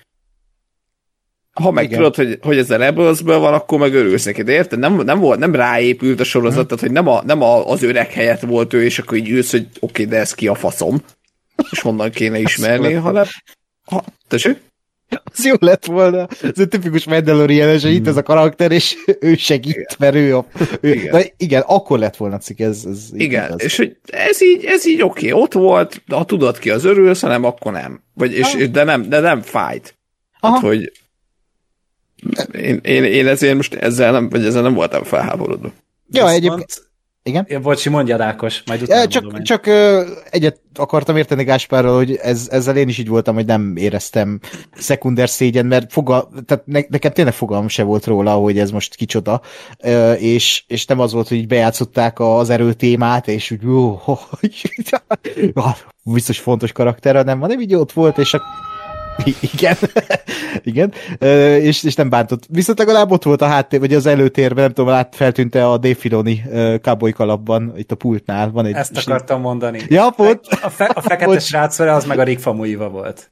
Ha meg tudod, hogy, hogy ez a Rebelsből van, akkor meg örülsz neki, de érted? Nem, nem, volt, nem ráépült a sorozat, tehát hogy nem, a, nem a, az öreg helyett volt ő, és akkor így ülsz, hogy oké, okay, de ez ki a faszom, és honnan kéne ismerni, hanem... Ha, tessék? Az jó lett volna. Ez egy tipikus Mandalorian, hogy itt ez a karakter, és ő segít, igen. Mert ő a... Ő, igen. De igen, akkor lett volna cikk, ez... ez igen, az. És hogy ez így, ez így oké, okay, ott volt, de ha tudod ki az örülsz, hanem akkor nem. Vagy, és, de nem. De nem fájt. Hát, hogy én, én, én ezért most ezzel nem, vagy ezzel nem voltam felháborodva. Ja, egyébként... Igen? Ja, bocsi, mondjad Ákos, majd utána csak, mondom csak uh, egyet akartam érteni Gáspárral, hogy ez, ezzel én is így voltam, hogy nem éreztem szekunder szégyen, mert fogal, tehát ne, nekem tényleg fogalmam se volt róla, hogy ez most kicsoda, uh, és, és nem az volt, hogy így bejátszották az erő témát, és úgy jó, biztos fontos karakter, hanem, hanem így ott volt, és a igen, igen, uh, és, és nem bántott. Viszont legalább ott volt a háttér, vagy az előtérben, nem tudom, lát, feltűnte a Dave Filoni uh, cowboy kalapban, itt a pultnál. Van egy Ezt sni- akartam mondani. Ja, pont. A, fe- a fekete srác vele, az meg a Rick Famuyiva volt.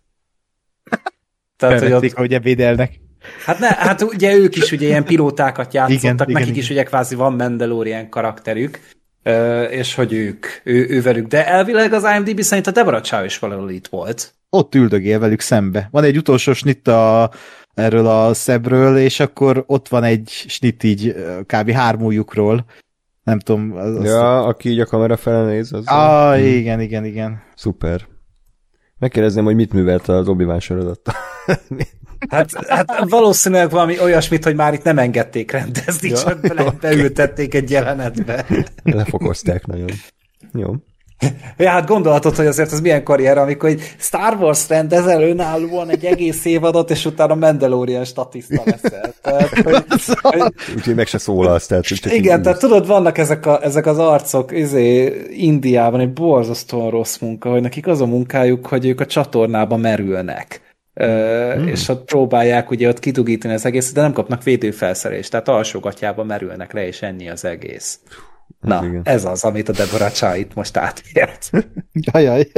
Tehát, hogy ott... hogy ebédelnek. Hát, ne, hát ugye ők is ugye ilyen pilótákat játszottak, igen, nekik igen, is igen. ugye kvázi van Mandalorian karakterük, és hogy ők, ő, ő velük. De elvileg az IMDb szerint a Deborah Chow is valahol itt volt. Ott üldögél velük szembe. Van egy utolsó snitt a, erről a Szebről, és akkor ott van egy snitt így kb. Hármójukról. Nem tudom. Az, ja, azt... aki így a kamera fele néz. Az ah, a... igen, igen, igen. Szuper. Megkérdezném, hogy mit művelt az Obi-Wan sorozattal. Hát, hát valószínűleg valami olyasmit, hogy már itt nem engedték rendezni, ja, csak bele, okay. beültették egy jelenetbe. Lefokozták nagyon. Jó. Ja, hát gondolhatod, hogy azért ez milyen karrier, amikor egy Star Wars rendezel önállóan egy egész évadot, és utána Mandalorian statiszta leszel. Tehát, hogy, hogy... Úgyhogy meg se szólalsz. Tehát, igen, tehát tudod, vannak ezek, a, ezek az arcok izé, Indiában egy borzasztóan rossz munka, hogy nekik az a munkájuk, hogy ők a csatornába merülnek. Hmm. És ott próbálják ugye ott kidugítani az egészet, de nem kapnak védőfelszerelést, tehát alsógatjába merülnek le, és ennyi az egész. Na, igen. Ez az, amit a Deborah Chow itt most átért. Jajjaj.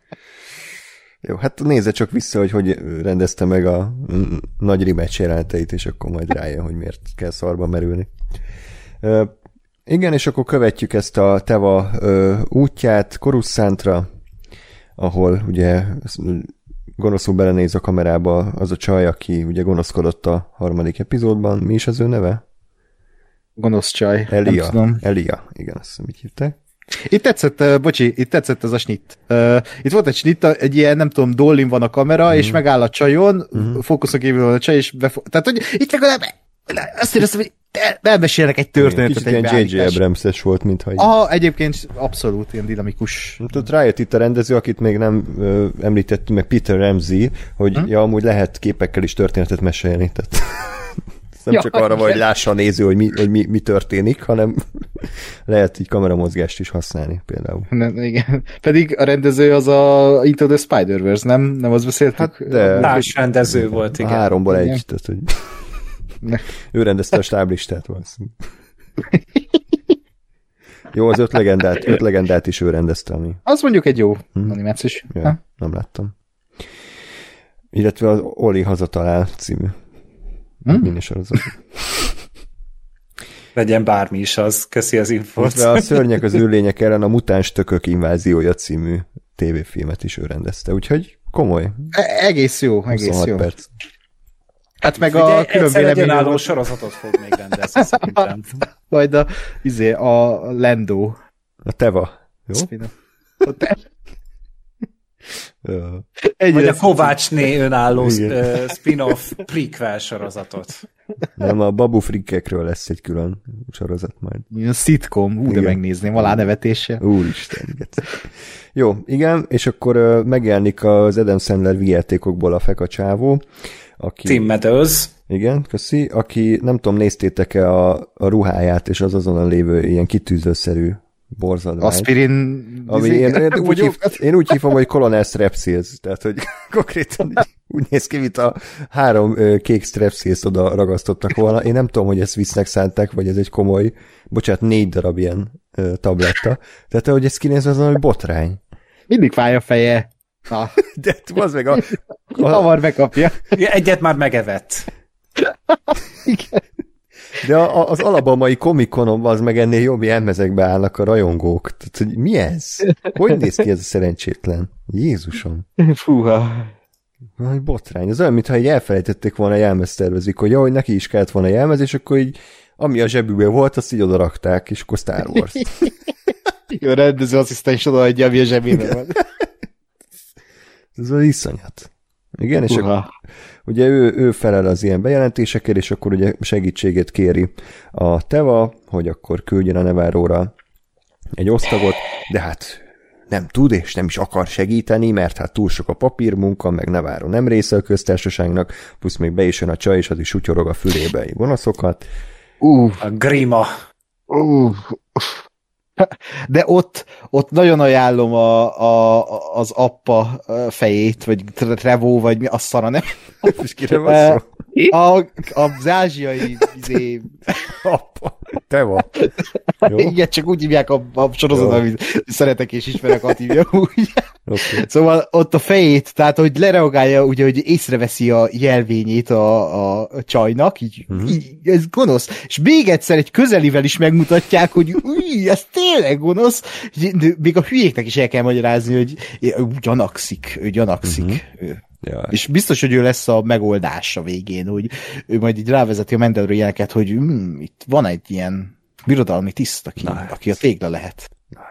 Jó, hát nézze csak vissza, hogy hogy rendezte meg a nagy rematch jeleneteit, és akkor majd rájön, hogy miért kell szarba merülni. Uh, igen, és akkor követjük ezt a Teva uh, útját Coruscantra, ahol ugye gonoszul belenéz a kamerába az a csaj, aki ugye gonoszkodott a harmadik epizódban. Mi is az ő neve? Gonosz csaj. Elia. Elia, igen, azt hiszem, így hívták. Itt tetszett, uh, bocsi, itt tetszett ez a snitt. Uh, itt volt egy snitt, egy ilyen, nem tudom, dollin van a kamera, mm. és megáll a csajon, mm. fókuszok kívül van a csaj, és befo- tehát, hogy itt legalább azt éreztem, hogy elmesélnek egy történetet. Kicsit egy ilyen jé jé beállítás. Abrams-es volt, mintha így. Aha, egyébként abszolút ilyen dinamikus. Tudod, rájött itt a rendező, akit még nem ö, említettünk, meg Peter Ramsey, hogy hm? ja, amúgy lehet képekkel is történetet mesélni, tehát nem ja, csak arra van, hogy lássa a néző, hogy, mi, hogy mi, mi történik, hanem lehet így kameramozgást is használni például. Nem, igen. Pedig a rendező az a Into the Spider-Verse, nem? Nem azt beszéltük? Hát de... Más rendező volt, igen. A háromból igen. egy, tehát hogy ő rendezte a stáblistát valószínűleg. Jó, az öt legendát, öt legendát is ő rendezte, ami... Az mondjuk egy jó hm. animációs. Ja, nem láttam. Illetve az Oli hazatalál című hm? minisorozat. Legyen bármi is az, köszi az infót. De a Szörnyek az űrlények ellen a Mutáns tökök inváziója című tévéfilmet is ő rendezte, úgyhogy komoly. E- egész jó, egész jó. Perc. Hát meg ugye a külön véleményű... Egyszer egy önálló sorozatot fog még rendezni, szerintem. Majd a, izé, a Lando. A Teva. Jó? A te... Vagy a Kovácsné önálló uh, spin-off prequel sorozatot. Nem, a Babu Frikkekről lesz egy külön sorozat majd. Ilyen szitkom, ú, de megnézném, alá nevetése. Úristen, igen. Jó, igen, és akkor uh, megjelenik az Adam Sandler vigyátékokból a Fekacsávó, aki... Tim Meadows. Igen, köszi. Aki, nem tudom, néztétek-e a, a ruháját, és az azon lévő ilyen kitűzőszerű borzadvány. Aspirin... Ami én, én, úgy hív, én úgy hívom, hogy Colonel Strepsils, tehát, hogy konkrétan úgy néz ki, mint a három ö, kék Strepsils oda ragasztottak volna. Én nem tudom, hogy ezt visznek szánták, vagy ez egy komoly, bocsánat, négy darab ilyen ö, tabletta. Tehát, ahogy ez kinéz, az hogy botrány. Mindig fáj a feje. Na. De az meg a... a... Hamar bekapja. Egyet már megevett. Igen. De a, az alabamai komikonon az meg ennél jobb jelmezekbe állnak a rajongók. Tehát, hogy mi ez? Hogy néz ki ez a szerencsétlen? Jézusom. Fúha. Valami botrány. Az olyan, mintha így elfelejtették volna, jelmez tervezik, hogy jó, hogy neki is kellett volna jelmez, és akkor így, ami a zsebükben volt, azt így odarakták, és akkor Star Wars. Jó, rendező asszisztens odaadja, ami a zsebében van. Ez az iszonyat. Igen, és akkor, ugye ő, ő felel az ilyen bejelentésekért, és akkor ugye segítségét kéri a Teva, hogy akkor küldjön a Neváróra egy osztagot, de hát nem tud, és nem is akar segíteni, mert hát túl sok a papírmunka, meg Nevarro nem része a köztársaságnak, plusz még be is jön a csaj, és az is sutyorog a fülébe egy gonoszokat. Uh, a Grima. Uh. De ott, ott nagyon ajánlom a, a, az appa fejét, vagy Trevó, vagy mi, a szara, nem? És kire van szó? A, az ázsiai izé... Appa, Teva. Jó? Igen, csak úgy hívják a, a sorozat, amit szeretek és ismerek, azt hívja úgy. Okay. Szóval ott a fejét, tehát hogy lereagálja, ugye, hogy észreveszi a jelvényét a, a csajnak, így, uh-huh. így, ez gonosz. És még egyszer egy közelivel is megmutatják, hogy új, ez tényleg gonosz. Még a hülyéknek is el kell magyarázni, hogy ő gyanakszik, ő gyanakszik. Uh-huh. Ő. Ja. És biztos, hogy ő lesz a megoldás a végén, hogy ő majd így rávezeti a Mandalorian jeleket, hogy hm, itt van egy ilyen birodalmi tiszt, aki, Na, aki a tégla lehet. Na,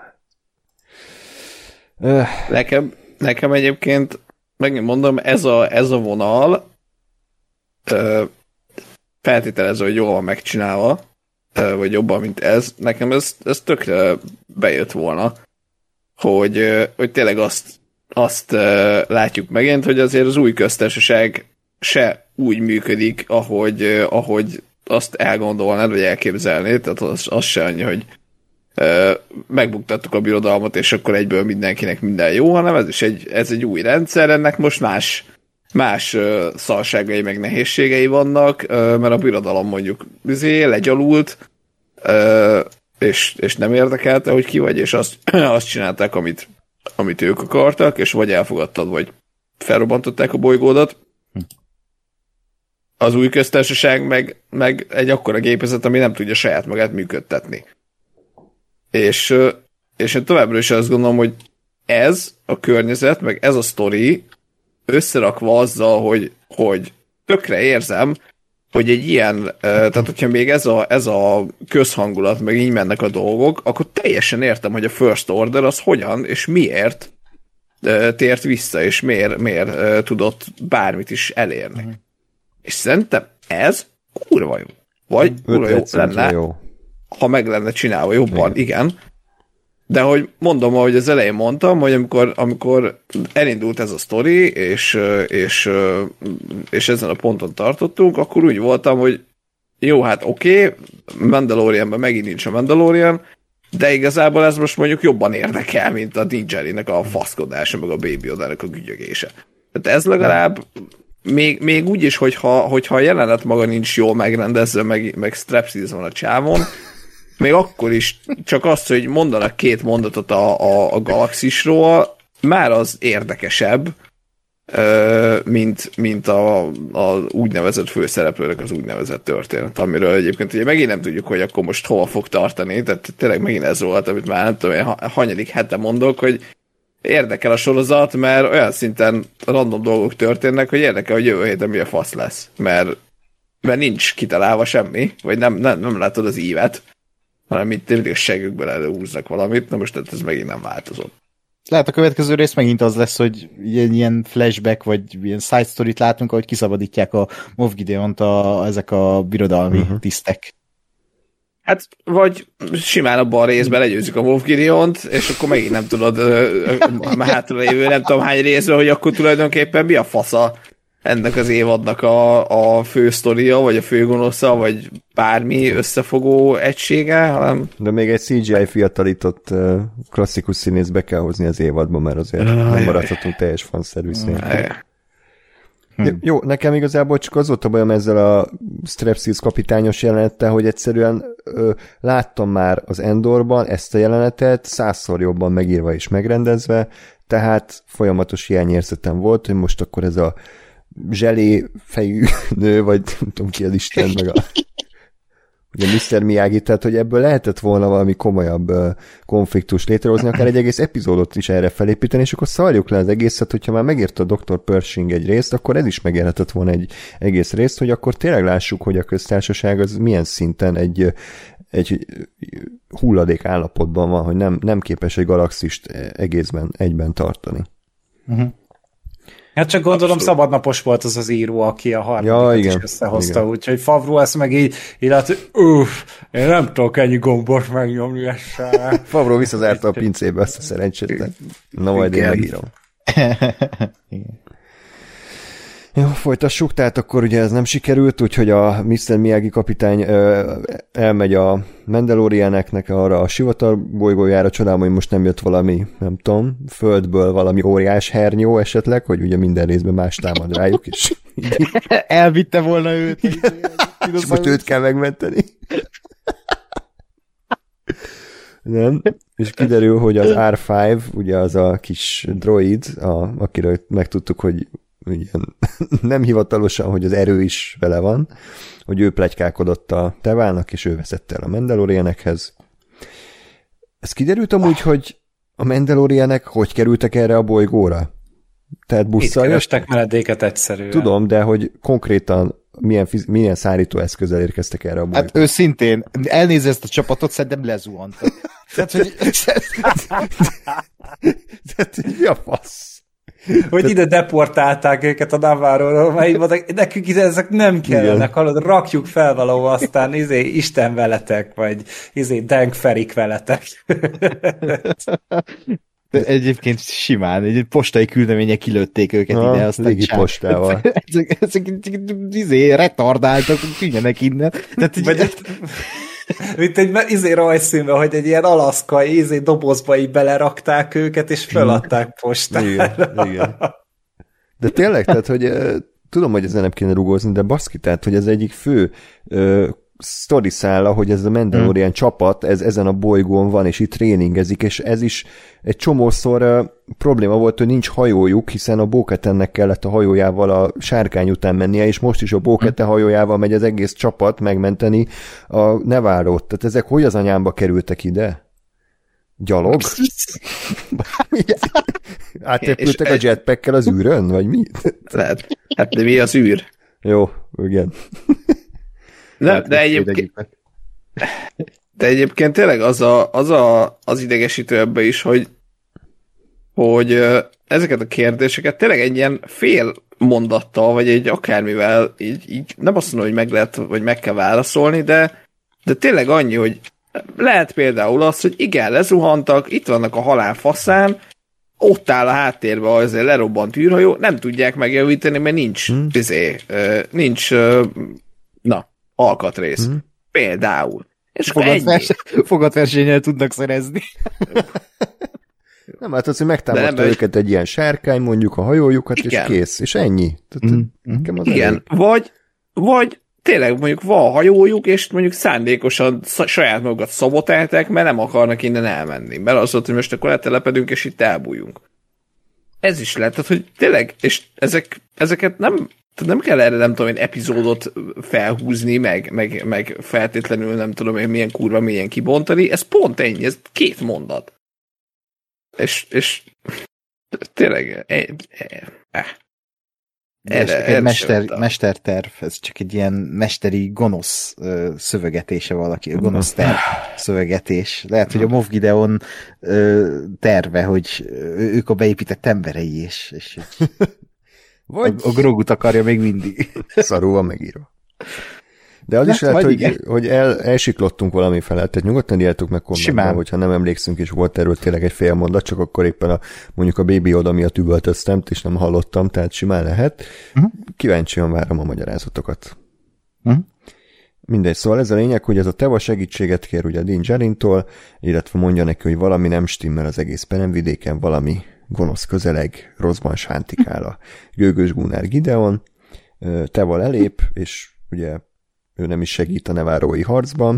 uh. nekem, nekem egyébként, megint mondom, ez a, ez a vonal uh, feltételező, hogy jól van megcsinálva, uh, vagy jobban, mint ez. Nekem ez, ez tökre bejött volna, hogy, uh, hogy tényleg azt azt uh, látjuk megint, hogy azért az új köztársaság se úgy működik, ahogy, uh, ahogy azt elgondolnád, vagy elképzelnéd, tehát az, az se annyi, hogy uh, megbuktattuk a birodalmat, és akkor egyből mindenkinek minden jó, hanem ez is egy, ez egy új rendszer, ennek most más, más uh, szarságai, meg nehézségei vannak, uh, mert a birodalom mondjuk üzé, legyalult, uh, és, és nem érdekelte, hogy ki vagy, és azt, azt csinálták, amit amit ők akartak, és vagy elfogadtad, vagy felrobbantották a bolygódat. Az új köztársaság meg, meg egy akkora gépezet, ami nem tudja saját magát működtetni. És, és én továbbra is azt gondolom, hogy ez a környezet, meg ez a sztori összerakva azzal, hogy, hogy tökre érzem, hogy egy ilyen, tehát hogyha még ez a, ez a közhangulat, meg így mennek a dolgok, akkor teljesen értem, hogy a First Order az hogyan és miért tért vissza, és miért, miért tudott bármit is elérni. Uh-huh. És szerintem ez kurva jó. Vagy kurva jó lenne, jó. ha meg lenne csinálva jobban, igen. igen. De hogy mondom, ahogy az elején mondtam, hogy amikor, amikor elindult ez a sztori, és, és, és ezen a ponton tartottunk, akkor úgy voltam, hogy jó, hát oké, okay, Mandalorianben megint nincs a Mandalorian, de igazából ez most mondjuk jobban érdekel, mint a Din Djarinnek a faszkodása, meg a Baby Yoda-nak a gügyögése. Tehát ez legalább még, még úgy is, hogyha, hogyha a jelenet maga nincs jól megrendezve, meg, meg strapseed van a csávon, még akkor is csak azt, hogy mondanak két mondatot a, a, a galaxisról, már az érdekesebb, mint, mint a, a úgynevezett főszereplőnek az úgynevezett történet, amiről egyébként ugye megint nem tudjuk, hogy akkor most hova fog tartani, tehát tényleg megint ez volt, amit már nem tudom, én hanyadik hete mondok, hogy érdekel a sorozat, mert olyan szinten random dolgok történnek, hogy érdekel, hogy jövő héten mi a fasz lesz, mert, mert nincs kitalálva semmi, vagy nem, nem, nem látod az ívet, hanem itt mindig a segükből előhúznak valamit, na most ez megint nem változott. Lehet a következő rész megint az lesz, hogy ilyen, ilyen flashback, vagy ilyen side story-t látunk, ahogy kiszabadítják a Moff Gideont a, ezek a birodalmi uh-huh. tisztek. Hát, vagy simán abban a részben legyőzik a Moff Gideont, és akkor megint nem tudod, már hátra lévő nem tudom hány részben, hogy akkor tulajdonképpen mi a fasza ennek az évadnak a, a fő sztoria, vagy a fő gonosza, vagy bármi összefogó egysége, hanem... De még egy cé gé i fiatalított uh, klasszikus színész be kell hozni az évadba, mert azért nem maradhatunk teljes fanszerű színűen. Hm. Jó, nekem igazából csak az volt a bajom ezzel a Strepsils kapitányos jelenettel, hogy egyszerűen ö, láttam már az Endorban ezt a jelenetet, százszor jobban megírva és megrendezve, tehát folyamatos hiányérzetem volt, hogy most akkor ez a zselé fejű nő, vagy nem tudom ki az Isten, meg a ugye miszter Miyagi, tehát hogy ebből lehetett volna valami komolyabb uh, konfliktus létrehozni, akár egy egész epizódot is erre felépíteni, és akkor szarjuk le az egészet, hogyha már megírta a doktor Pershing egy részt, akkor ez is megjelentett volna egy egész részt, hogy akkor tényleg lássuk, hogy a köztársaság az milyen szinten egy, egy hulladék állapotban van, hogy nem, nem képes egy galaxist egészben, egyben tartani. Uh-huh. Hát csak gondolom Abszolút. Szabadnapos volt az az író, aki a harmadikat ja, igen, is összehozta, úgyhogy Favreau ezt meg így, így lát, hogy uff, én nem tudok ennyi gombot megnyomni ezt. Favreau visszazárta a pincébe azt a szerencsétlen. Na majd igen. Én megírom. Igen. Jó, folytassuk, tehát akkor ugye ez nem sikerült, úgyhogy a miszter Miyagi kapitány ö, elmegy a Mandalorianeknek arra a sivatag bolygójára, csodálom, hogy most nem jött valami, nem tudom, földből valami óriás hernyó esetleg, hogy ugye minden részben más támad rájuk is. Elvitte volna őt. És most őt kell megmenteni. Nem? És kiderül, hogy az R öt, ugye az a kis droid, a, akiről megtudtuk, hogy ugyan, nem hivatalosan, hogy az erő is vele van, hogy ő pletykálkodott a Tevának, és ő veszett el a Mandalorianekhez. Ez kiderült amúgy, hogy a Mandalorianek hogy kerültek erre a bolygóra? Tehát busszal itt kerestek menedéket egyszerűen. Tudom, de hogy konkrétan milyen, fiz- milyen szállítóeszközzel érkeztek erre a bolygóra? Hát őszintén, elnézi ezt a csapatot, szerintem lezuhantak. Tehát, hogy... Tehát, hogy mi a fasz? Hogy Te... ide deportálták őket a Navarro-ról, mert így mondták, nekünk ide ezek nem kellenek, hallod, rakjuk fel valahol, aztán izé, Isten veletek, vagy izé, Denk Ferik veletek. De egyébként simán, egy postai küldemények kilőtték őket ha, ide, aztán légi postával. Ezek, ezek izé, retardáltak, tűnjenek innen. Tehát, vagy egy, mint egy izé rajzszínben, hogy egy ilyen alaszkai izé dobozba így belerakták őket, és föladták postára. Igen, igen. De tényleg, tehát, hogy tudom, hogy ezzel nem kéne rugózni, de baszki, tehát, hogy ez egyik fő ö, sztori szála, hogy ez a Mandalorian hmm. csapat, ez ezen a bolygón van, és itt tréningezik, és ez is egy csomószor uh, probléma volt, hogy nincs hajójuk, hiszen a Bo-Katennek kellett a hajójával a sárkány után mennie, és most is a Bo-Katan hajójával megy az egész csapat megmenteni a Nevarrót. Tehát ezek hogy az anyámba kerültek ide? Gyalog? Átépültek a jetpackkel az űrön, vagy mi? Lehet. Hát de mi az űr? Jó, igen. Nem, de egyébként, de egyébként tényleg az, a, az, a, az idegesítő ebbe is, hogy hogy ö, ezeket a kérdéseket tényleg egy ilyen fél mondattal, vagy egy akármivel így, így nem azt mondom, hogy meg lehet, vagy meg kell válaszolni, de, de tényleg annyi, hogy lehet például az, hogy igen, lezuhantak, itt vannak a halál faszán, ott áll a háttérben azért lerobbant űrhajó, nem tudják megjavítani, mert nincs, hmm. izé, nincs, na, alkatrész. Hmm. Például. És fogatversennyel tudnak szerezni. Nem, hát az, hogy megtámadta őket egy ilyen sárkány, mondjuk a hajójukat, igen. És kész, és ennyi. Tehát, mm. az igen, vagy, vagy tényleg mondjuk van hajójuk, és mondjuk szándékosan saját magukat szabotálták, mert nem akarnak innen elmenni. Mert az volt, hogy most akkor letelepedünk, és itt elbújjunk. Ez is lehet, tehát, hogy tényleg, és ezek, ezeket nem, tehát nem kell erre, nem tudom én, epizódot felhúzni, meg, meg, meg feltétlenül nem tudom én milyen kurva mélyen kibontani, ez pont ennyi, ez két mondat. És, és tényleg eh, eh, ez csak egy mester, mesterterv, ez csak egy ilyen mesteri gonosz ö, szövegetése valaki, gonosz terv szövegetés. Lehet, hogy a Moff Gideon ö, terve, hogy ők a beépített emberei, és, és vagy... a, a Grogut akarja még mindig. Szarul van megírva. De az hát, is lehet, hogy, hogy el, elsiklottunk valami felett, tehát nyugodtan írjátok meg kommentben, hogyha nem emlékszünk, és volt erről tényleg egy fél mondat, csak akkor éppen a, mondjuk a Baby Yoda miatt üvöltöztem, és nem hallottam, tehát simán lehet. Uh-huh. Kíváncsian várom a magyarázatokat. Uh-huh. Mindegy, szóval ez a lényeg, hogy ez a Teva segítséget kér ugye Din Djarintól, illetve mondja neki, hogy valami nem stimmel az egész peremvidéken, valami gonosz közeleg, rosszban sántikál a gőgös Gunnar Gideon. Teva lelép, és ugye ő nem is segít a nevárói harcban.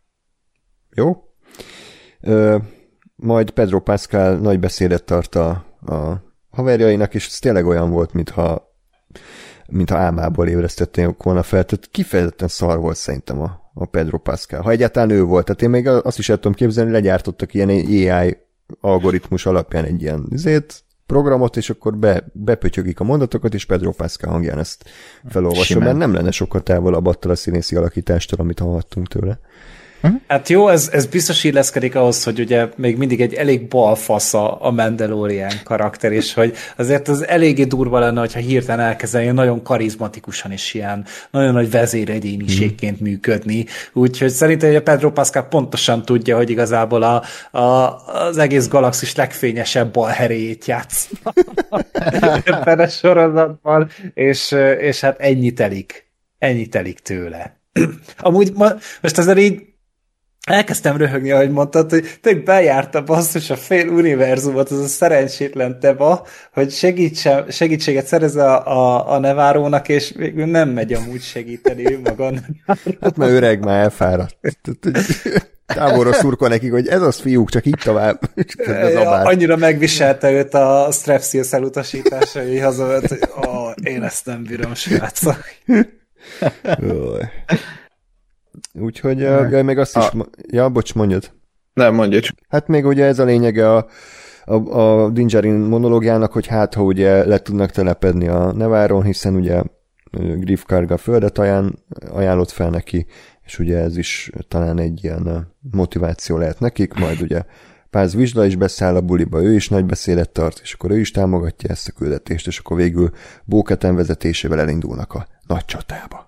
Jó? Ö, majd Pedro Pascal nagy beszédet tart a, a haverjainak, és ez tényleg olyan volt, mintha, mintha álmából ébresztették volna fel. Tehát kifejezetten szar volt szerintem a, a Pedro Pascal. Ha egyáltalán ő volt. Tehát én még azt is el tudom képzelni, hogy legyártottak ilyen á i algoritmus alapján egy ilyen izét, programot, és akkor be, bepötyögik a mondatokat, és Pedro Pascal hangján ezt felolvasom, mert nem lenne sokkal távolabb attól a színészi alakítástól, amit hallhattunk tőle. Hát jó, ez, ez biztos illeszkedik ahhoz, hogy ugye még mindig egy elég balfasz a, a Mandalorian karakter, és hogy azért az eléggé durva lenne, hogyha hirtelen elkezdenél nagyon karizmatikusan és ilyen nagyon nagy vezéregyéniségként mm. működni. Úgyhogy szerintem, hogy a Pedro Pascal pontosan tudja, hogy igazából a, a, az egész galaxis legfényesebb balheréjét játsz ebben a sorozatban, és, és hát ennyi telik. Ennyi telik tőle. Amúgy ma, most ezzel így elkezdtem röhögni, ahogy mondtad, hogy tényleg bejárt a basszus a fél univerzumot, az a szerencsétlen Teva, hogy segítse, segítséget szerez a, a, a Nevárónak, és végül nem megy amúgy segíteni ő maga. Hát mert öreg már elfáradt. Távolra szurkol nekik, hogy ez az fiúk, csak így tovább. Annyira megviselte őt a Strepsils elutasítása, hogy hazavett, hogy ó, én ezt nem bírom, srácok. Úgyhogy uh, még azt is... A... Ja, bocs, mondjad. Nem, mondja csak. Hát még ugye ez a lényege a, a, a Din Djarin monológiának, hogy hát, ha ugye le tudnak telepedni a Neváron, hiszen ugye Greef Karga földet ajánl, ajánlott fel neki, és ugye ez is talán egy ilyen motiváció lehet nekik, majd ugye Paz Vizsla is beszáll a buliba, ő is nagy beszédet tart, és akkor ő is támogatja ezt a küldetést, és akkor végül Bo-Katan vezetésével elindulnak a nagy csatába.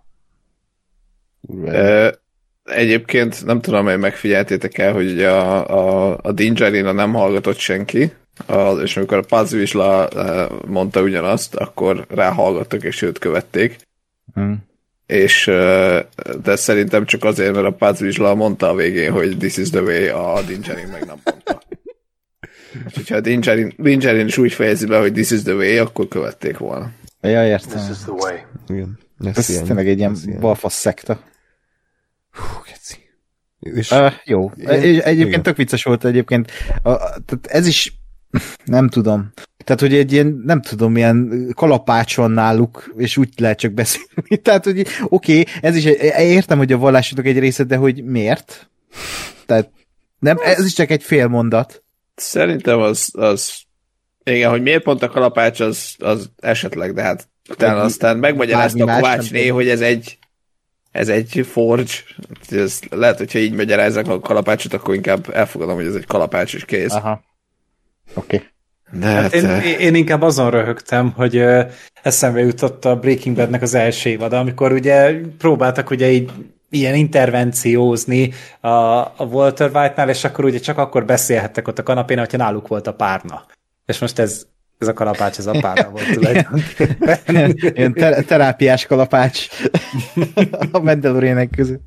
E, egyébként nem tudom, hogy megfigyeltétek el, hogy a, a, a Din Djarin nem hallgatott senki, a, és amikor a Paz Vizsla mondta ugyanazt, akkor ráhallgattak, és őt követték. Hmm. És de szerintem csak azért, mert a Paz Vizsla mondta a végén, hogy this is the way, a Din Djarin meg nem mondta. És hogyha a Din Djarin, Din Djarin is úgy fejezi be, hogy this is the way, akkor követték volna. Ja, értem. This is the way. Igen. Ez, ez tényleg egy ilyen balfasz szekta. Hú, keci. És uh, jó. Én, egyébként igen. tök vicces volt egyébként. A, a, tehát ez is, nem tudom. Tehát, hogy egy ilyen, nem tudom, ilyen kalapács van náluk, és úgy lehet csak beszélni. Tehát, hogy oké, okay, ez is, értem, hogy a vallásotok egy része, de hogy miért? Tehát, nem, ez is csak egy fél mondat. Szerintem az, az igen, hogy miért pont a kalapács, az, az esetleg, de hát utána aztán megmagyarázta a Kovácsné, hogy ez egy ez egy forge. Ez lehet, hogyha így magyarázzák a kalapácsot, akkor inkább elfogadom, hogy ez egy kalapács is kész. Aha. Oké. Okay. De Hát én, én inkább azon röhögtem, hogy uh, eszembe jutott a Breaking Badnek az első évad, amikor ugye próbáltak ugye így ilyen intervenciózni a, a Walter White-nál, és akkor ugye csak akkor beszélhettek ott a kanapén, hogyha náluk volt a párna. És most ez, ez a kalapács, ez a párna volt tulajdonképpen. Ilyen ter- terápiás kalapács a Mandalorianek között.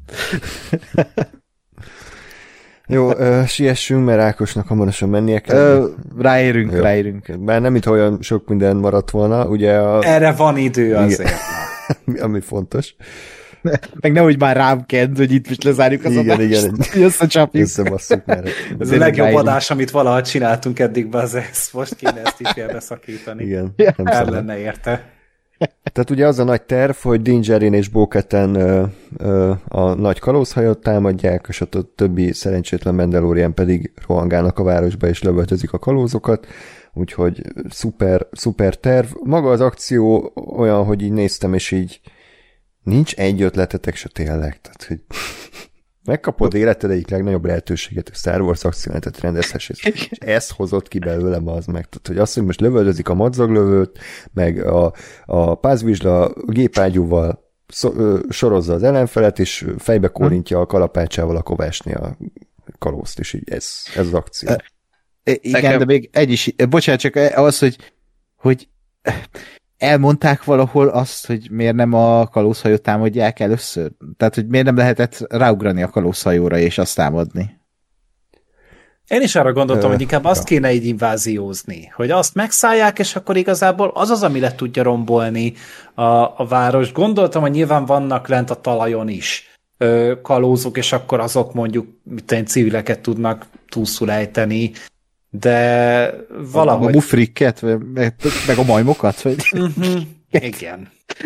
Jó, uh, siessünk, mert Ákosnak hamarosan mennie kell. Ö, ráérünk, Jó. ráérünk. Bár nem itt olyan sok minden maradt volna, ugye a... Erre van idő azért. ami fontos. Meg nehogy már rám kedd, hogy itt most lezárjuk az Igen, adást, igen. hogy összecsapjuk. Összebasszuk már. Ez a legjobb adás, amit valaha csináltunk eddig be, az ez. Most kéne ezt is félbeszakítani. Igen. Ja. Nem El szabad. lenne érte. Tehát ugye az a nagy terv, hogy Din Djarin és Bo-Katan ö, ö, a nagy kalózhajot támadják, és a többi szerencsétlen Mandalorian pedig rohangálnak a városba, és lövöldözik a kalózokat, úgyhogy szuper, szuper terv. Maga az akció olyan, hogy így néztem, és így nincs egy ötletetek se tényleg, tehát hogy megkapod életed egyik legnagyobb lehetőséget, hogy Star Wars akciójelenetet rendezhess, és ez hozott ki belőlem az meg. Tehát, hogy azt, hogy most lövöldözik a madzaglövőt, meg a, a pázvizsla gépágyúval szо, ö, sorozza az ellenfelet, és fejbe kórintja a kalapácsával a kovásni a kalózt, és így ez, ez az akció. I- Igen, Nekem- de még egy is, bocsánat, csak az, hogy, hogy elmondták valahol azt, hogy miért nem a kalózhajót támadják először? Tehát, hogy miért nem lehetett ráugrani a kalózhajóra és azt támadni? Én is arra gondoltam, Ö, hogy inkább azt ja. kéne így inváziózni, hogy azt megszállják, és akkor igazából az az, ami le tudja rombolni a, a város. Gondoltam, hogy nyilván vannak lent a talajon is ö, kalózok, és akkor azok mondjuk mit tudom, civileket tudnak túlszul ejteni, de A valahogy... mufrikket, meg, meg a majmokat? Vagy... Mhm, igen.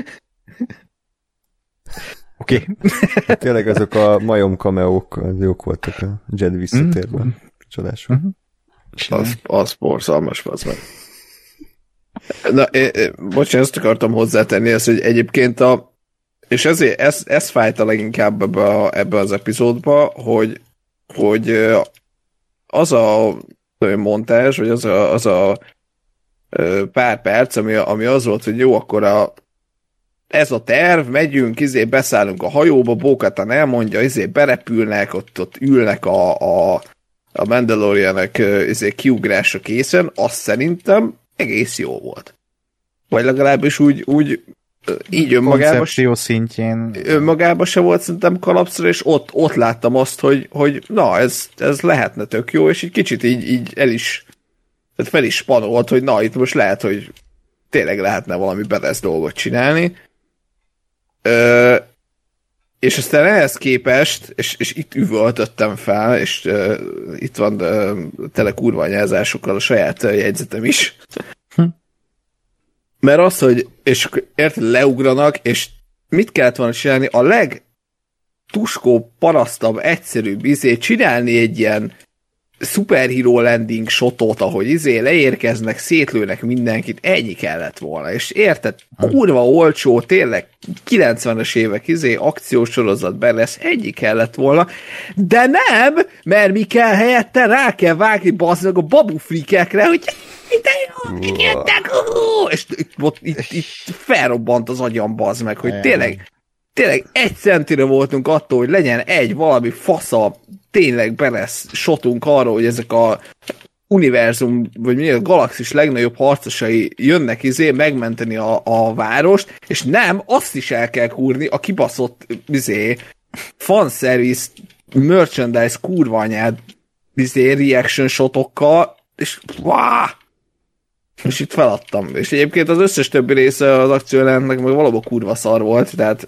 Oké. Okay. Tényleg azok a majom kameók, az jók voltak a Jedi visszatérben. Csodások. Az, az borzalmas, az meg. Na, én, én, bocsánat, ezt akartam hozzátenni, ezt, hogy egyébként a, és ezért ez, ez fájt a leginkább ebbe, a, ebbe az epizódba, hogy, hogy ö, az a ö, montázs, vagy az a, az a ö, pár perc, ami, ami az volt, hogy jó, akkor a ez a terv, megyünk, izé, beszállunk a hajóba, Bo-Katan elmondja, izé, berepülnek, ott, ott ülnek a, a, a Mandalorianek izé, kiugrásra készen, azt szerintem egész jó volt. Vagy legalábbis úgy, úgy így önmagában, Koncepció szintjén. önmagában se volt szerintem kalapszra, és ott, ott láttam azt, hogy, hogy na, ez, ez lehetne tök jó, és egy kicsit így, így el is, tehát fel is spanolt, hogy na, itt most lehet, hogy tényleg lehetne valami bedesz dolgot csinálni. Ö, és aztán ehhez képest, és, és itt üvöltöttem fel, és uh, itt van uh, tele kurva anyázásokkal a saját uh, jegyzetem is. Hm. Mert az, hogy és érted, leugranak, és mit kellett volna csinálni? A legtuskó, parasztabb, egyszerűbb izé, csinálni egy ilyen superhero landing shotot, ahogy izé leérkeznek, szétlőnek mindenkit, ennyi kellett volna. És érted, kurva olcsó, tényleg kilencvenes évek izé, akciósorozat be lesz, ennyi kellett volna, de nem, mert mi kell helyette, rá kell vágni bazd meg a babufrikekre, hogy de jó, jöttek, és itt, itt, itt, itt felrobbant az agyam bazd meg, hogy tényleg tényleg egy centire voltunk attól, hogy legyen egy valami fasza, tényleg be lesz shotunk arról, hogy ezek a univerzum, vagy mi a galaxis legnagyobb harcosai jönnek izé megmenteni a, a várost, és nem, azt is el kell kúrni a kibaszott izé fanservice merchandise kurva anyád izé reaction shotokkal, és váh! És itt feladtam. És egyébként az összes többi része az akciójelentnek meg valóban kurva szar volt, tehát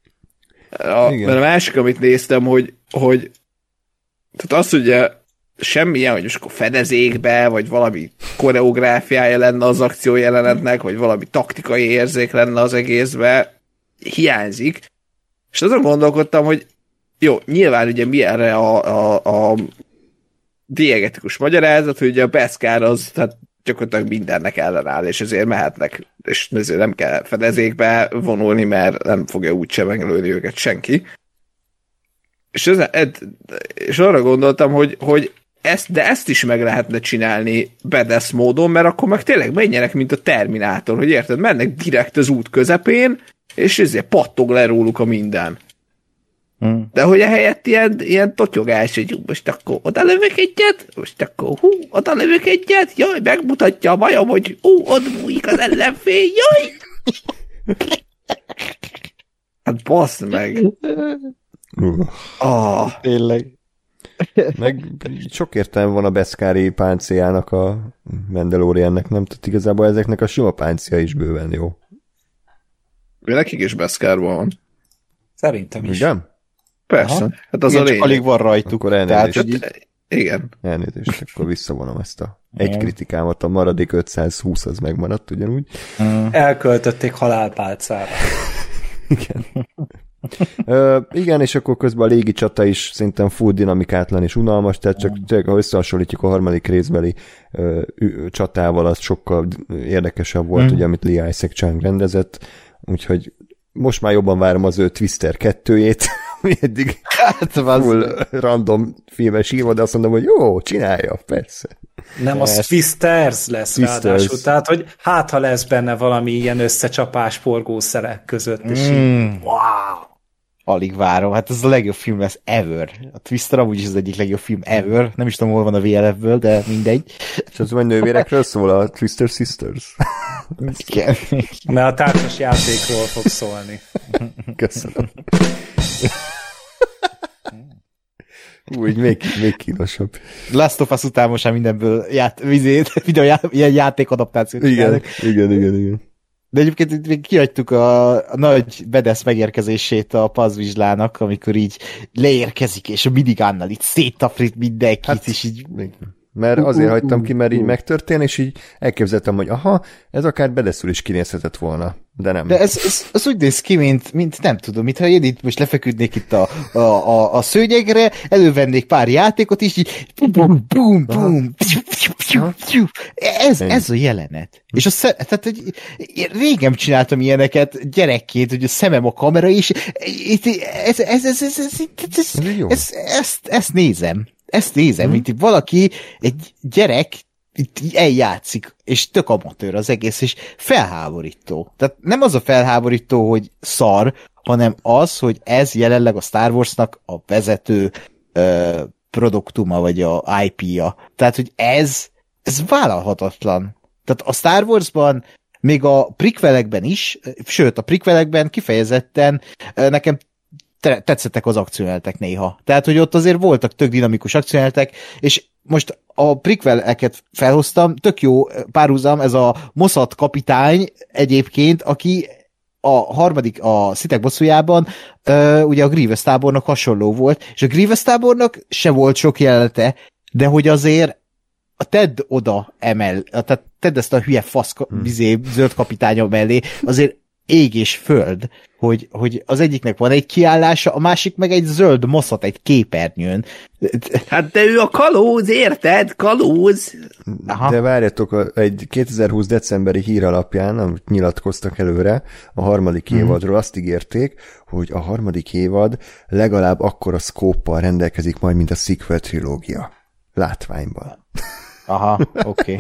a, mert a másik, amit néztem, hogy, hogy tehát az, ugye semmilyen, hogy most akkor fedezékbe, vagy valami koreográfiája lenne az akciójelenetnek, vagy valami taktikai érzék lenne az egészbe, hiányzik. És azon gondolkodtam, hogy jó, nyilván ugye mi erre a, a, a diegetikus magyarázat, hogy ugye a Beskar az tehát gyakorlatilag mindennek ellenáll, és ezért mehetnek, és ezért nem kell fedezékbe vonulni, mert nem fogja úgysem meglőni őket senki. És, ez, ed, és arra gondoltam, hogy, hogy ezt, de ezt is meg lehetne csinálni badass módon, mert akkor meg tényleg menjenek, mint a Terminátor, hogy érted, mennek direkt az út közepén, és ezért pattog le róluk a minden. Hmm. De hogy ehelyett ilyen, ilyen totyogás, hogy most akkor oda lövök egyet, most akkor hú, oda lövök egyet, jaj, megmutatja a majom, hogy hú, ott bújik az ellenfél, jaj! Hát basz meg. Uh. Ah. Tényleg. Meg sok értelme van a Beskari páncéljának a Mandaloriannek, nem? Tehát igazából ezeknek a sima páncélja is bőven jó. Nekik is Beskárban van. Szerintem is. Igen? Persze. Aha. Hát az igen, a csak lényeg. alig van rajtuk. Akkor elnézést. Tehát, hogy... Igen. Elnézést, akkor visszavonom ezt a egy Igen. kritikámat, a maradék ötszázhúsz az megmaradt ugyanúgy. Elköltötték halálpálcára. Igen. Ö, igen, és akkor közben a légi csata is szerintem full dinamikátlan és unalmas, tehát csak, csak ha összehasonlítjuk a harmadik részbeli ö, ö, csatával, az sokkal érdekesebb volt, mm. ugye, amit Lee Isaac Chung rendezett, úgyhogy most már jobban várom az ő Twister kettőjét, ami eddig Hát, full random filmes írva, de azt mondom, hogy jó, csinálja, persze. Nem, az Ezt- Twisters lesz Twisters. ráadásul. Tehát, hogy hát, ha lesz benne valami ilyen összecsapás porgószerek között, és így, Mm. wow! Alig várom. Hát ez a legjobb film lesz ever. A Twister amúgy is az egyik legjobb film ever. Nem is tudom, hol van a vé el ef-ből, de mindegy. És az majd nővérekről szól a Twister Sisters. Igen. Mert a társas játékról fog szólni. Köszönöm. Úgy, még, még kínosabb. Last of Us után most már mindenből ját, vizét, videó, ilyen játékadaptációt Igen, csinálnak. igen, igen, igen. De egyébként itt még kihagytuk a, a nagy bedesz megérkezését a Pazvizslának, amikor így leérkezik, és a minigánnal itt széttaprít mindenkit, hát, és így... Még. Mert azért hagytam ki, mert így megtörtént, és így elképzeltem, hogy aha, ez akár bedeszül is kinézhetett volna, de nem. De ez, ez, ez úgy néz ki, mint, mint nem tudom, mintha én itt most lefeküdnék itt a, a, a, a szőnyegre, elővennék pár játékot, és így bum, bum, bum, bum, ez, ez a jelenet. És a szem, tehát, hogy én régen csináltam ilyeneket gyerekként, hogy a szemem a kamera, és itt, ez, ez, ez, ez, ez, ez, ez, Ez így jó. ez, ezt, ezt nézem. Ezt nézem, mint itt valaki, egy gyerek itt így eljátszik, és tök amatőr az egész, és felháborító. Tehát nem az a felháborító, hogy szar, hanem az, hogy ez jelenleg a Star Warsnak a vezető ö, produktuma, vagy a i pé-ja. Tehát, hogy ez, ez vállalhatatlan. Tehát a Star Warsban, még a prequelekben is, sőt, a prequelekben kifejezetten ö, nekem tetszettek az akciójelenetek néha. Tehát, hogy ott azért voltak tök dinamikus akciójelenetek, és most a prequeleket felhoztam, tök jó párhuzam, ez a Mossad kapitány egyébként, aki a harmadik, a Sithek bosszújában ö, ugye a Grievous tábornok hasonló volt, és a Grievous tábornok se volt sok jelenete, de hogy azért a Ted oda emel, tehát Ted ezt a hülye fasz hmm. vizé, zöld kapitánya mellé, azért ég és föld, hogy, hogy az egyiknek van egy kiállása, a másik meg egy zöld moszat, egy képernyőn. Hát de ő a kalóz, érted? Kalóz! Aha. De várjatok, egy kétezer-húsz decemberi hír alapján, amit nyilatkoztak előre, a harmadik mm. évadról azt ígérték, hogy a harmadik évad legalább akkora szkóppal rendelkezik majd, mint a sequel trilógia. Látványban. Aha, oké. Okay.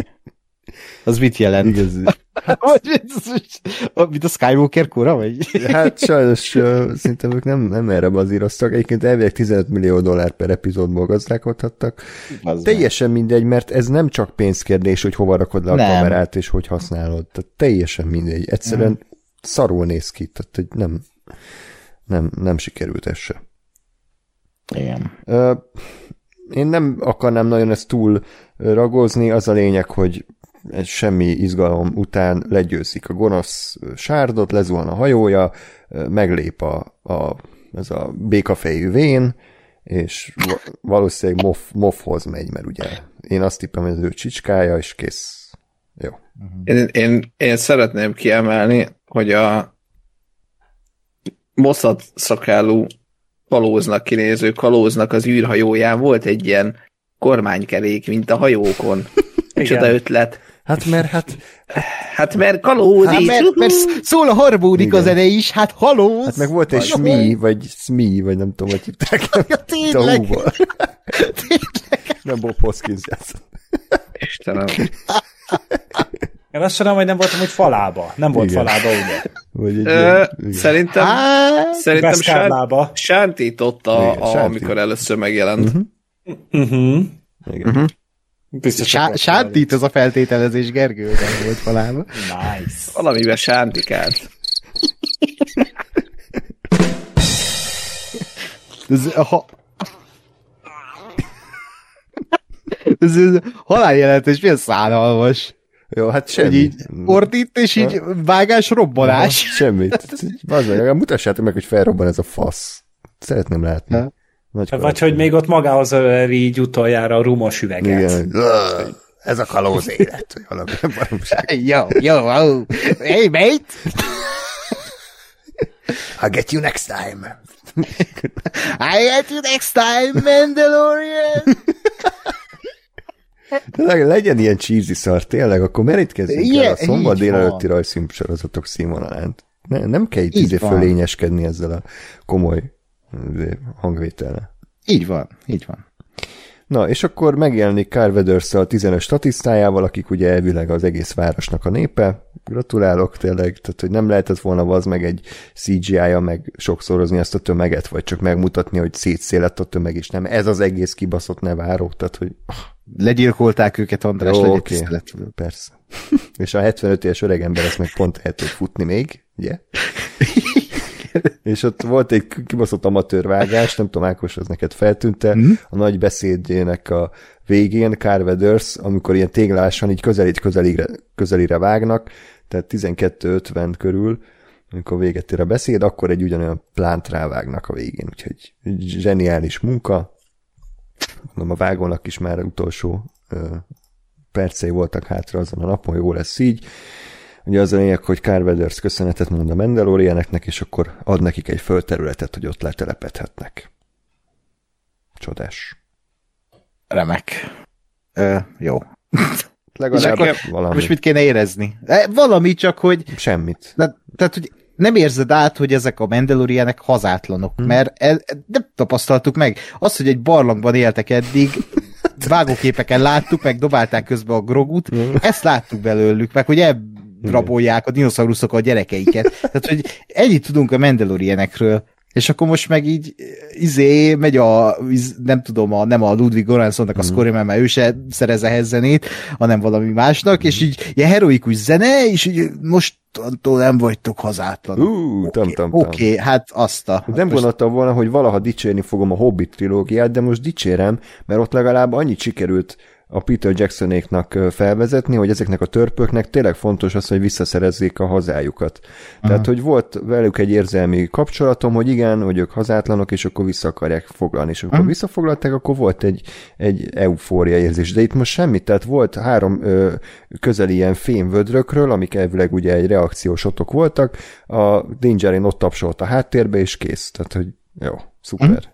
Az mit jelent? Igaz. Hát, mint a Skywalker kora, vagy? Hát sajnos uh, szinte ők nem, nem erre bazíroztak. Egyébként elvileg tizenöt millió dollár per epizódból gazdálkodhattak. Az teljesen nem. Mindegy, mert ez nem csak pénzkérdés, hogy hova rakod le a nem. kamerát, és hogy használod. Tehát teljesen mindegy. Egyszerűen hmm. szarul néz ki. Tehát hogy nem, nem, nem sikerült ez se. Igen. Uh, én nem akarnám nagyon ezt túl ragozni. Az a lényeg, hogy semmi izgalom után legyőzik a gonosz sárdot, lezuhan a hajója, meglép a, a, ez a békafejű vén, és valószínűleg Moff, Moffhoz megy, mert ugye én azt tippem, hogy az ő csicskája, és kész. Jó. Én, én, én szeretném kiemelni, hogy a Mossad szakálú kalóznak kinéző kalóznak az űrhajóján volt egy ilyen kormánykerék, mint a hajókon. Micsoda ötlet. Hát mert hát... Hát mert kalóz hát, is. Mert, mert szól a harmonika zene is, hát halóz. Hát meg volt egy Smee, vagy Smee, vagy nem tudom, hogy hívták. Ja, tényleg. Tényleg. Nem Bob Hoskins játszott. Istenem. Én azt sem, hogy nem voltam úgy falába. Nem volt Igen. falába, ugye? Vagy egy Ö, ilyen, igen. szerintem Hát, szerintem Beszkárlába. Sánt, sántította, Igen, a, sántít. amikor először megjelent. Uh-huh. Igen. Biztos, Sá- csak sántít az a feltételezés, Gergő, nem volt falába. Nice. Valamivel sántikált. Ez, ha... ez, ez haláljelentés, milyen szánalmas. Jó, hát Hogy semmi. így ordít, és így vágás, robbanás. Semmit. Az meg, mutassátok meg, hogy felrobban ez a fasz. Szeretném látni. Ha. Nagy Vagy karakter. hogy még ott magához öler így utoljára a rumos üveget. Igen. Ez a kalóz élet. Vagy valami baromság. Jó, jó, jó. Hey, mate! I'll get you next time. I get you next time, Mandalorian! De leg- legyen ilyen cheesy szar, tényleg, akkor merítkezzünk el Igen, a szombat így délelőtti van. rajzfilmsorozatok színvonalán. Ne, nem kell itt Így izé van. fölényeskedni ezzel a komoly izé, hangvétellel. Így van, így van. Na, és akkor megjelenik Carl Weathers a tizenöt statisztájával, akik ugye elvileg az egész városnak a népe. Gratulálok tényleg, tehát hogy nem lehetett volna az meg egy cé gé í-ja meg sokszorozni azt a tömeget, vagy csak megmutatni, hogy szétszélett a tömeg, és nem ez az egész kibaszott neváró, tehát hogy Legyilkolták őket, András, jó, legyen oké, tisztelet. persze. És a hetvenöt éves öreg ember ezt meg pont lehet, hogy futni még, ugye? És ott volt egy kibaszott amatőrvágás, nem tudom, Ákos, az neked feltűnte, Mm. a nagy beszédjének a végén Carl Weathers, amikor ilyen téglásan így közelít közelire, közelire vágnak, tehát tizenkettő ötven körül, amikor véget ér a beszéd, akkor egy ugyanolyan plánt rávágnak a végén, úgyhogy zseniális munka. Mondom, a vágónak is már utolsó ö, percei voltak hátra azon a napon, jó lesz így. Ugye az a lényeg, hogy Carl Weathers köszönetet mond a Mandalorianeknek, és akkor ad nekik egy földterületet, hogy ott letelepedhetnek. Csodás. Remek. Ö, jó. Legalább akkor valami. Most mit kéne érezni? E, valami, csak hogy Semmit. de, tehát, hogy nem érzed át, hogy ezek a Mandalorianek hazátlanok, hmm. mert el, nem tapasztaltuk meg. Az, hogy egy barlangban éltek eddig, vágóképeken láttuk, meg dobálták közben a grogut, ezt láttuk belőlük, meg hogy elrabolják a dinoszauruszokkal a gyerekeiket. Tehát, hogy ennyit tudunk a Mandalorianekről, és akkor most meg így izé megy a, iz, nem tudom, a, nem a Ludwig Göranssonnak a mm. szkori, mert már ő se szerez ehhez zenét, hanem valami másnak, mm. és így ilyen heroikus zene, és így mostantól nem vagytok hazátlanok. Ú, tam, tam, tam. Oké, okay, hát azt a... Nem most... gondoltam volna, hogy valaha dicsérni fogom a Hobbit trilógiát, de most dicsérem, mert ott legalább annyit sikerült a Peter Jacksonéknak felvezetni, hogy ezeknek a törpöknek tényleg fontos az, hogy visszaszerezzék a hazájukat. Uh-huh. Tehát, hogy volt velük egy érzelmi kapcsolatom, hogy igen, hogy ők hazátlanok, és akkor vissza akarják foglalni. És amikor uh-huh. visszafoglalták, akkor volt egy, egy eufória érzés. De itt most semmit, tehát volt három ö, közeli ilyen fémvödrökről, amik elvileg ugye egy reakciósotok voltak, a Dingerin ott tapsolt a háttérbe, és kész. Tehát, hogy jó, szuper. Uh-huh.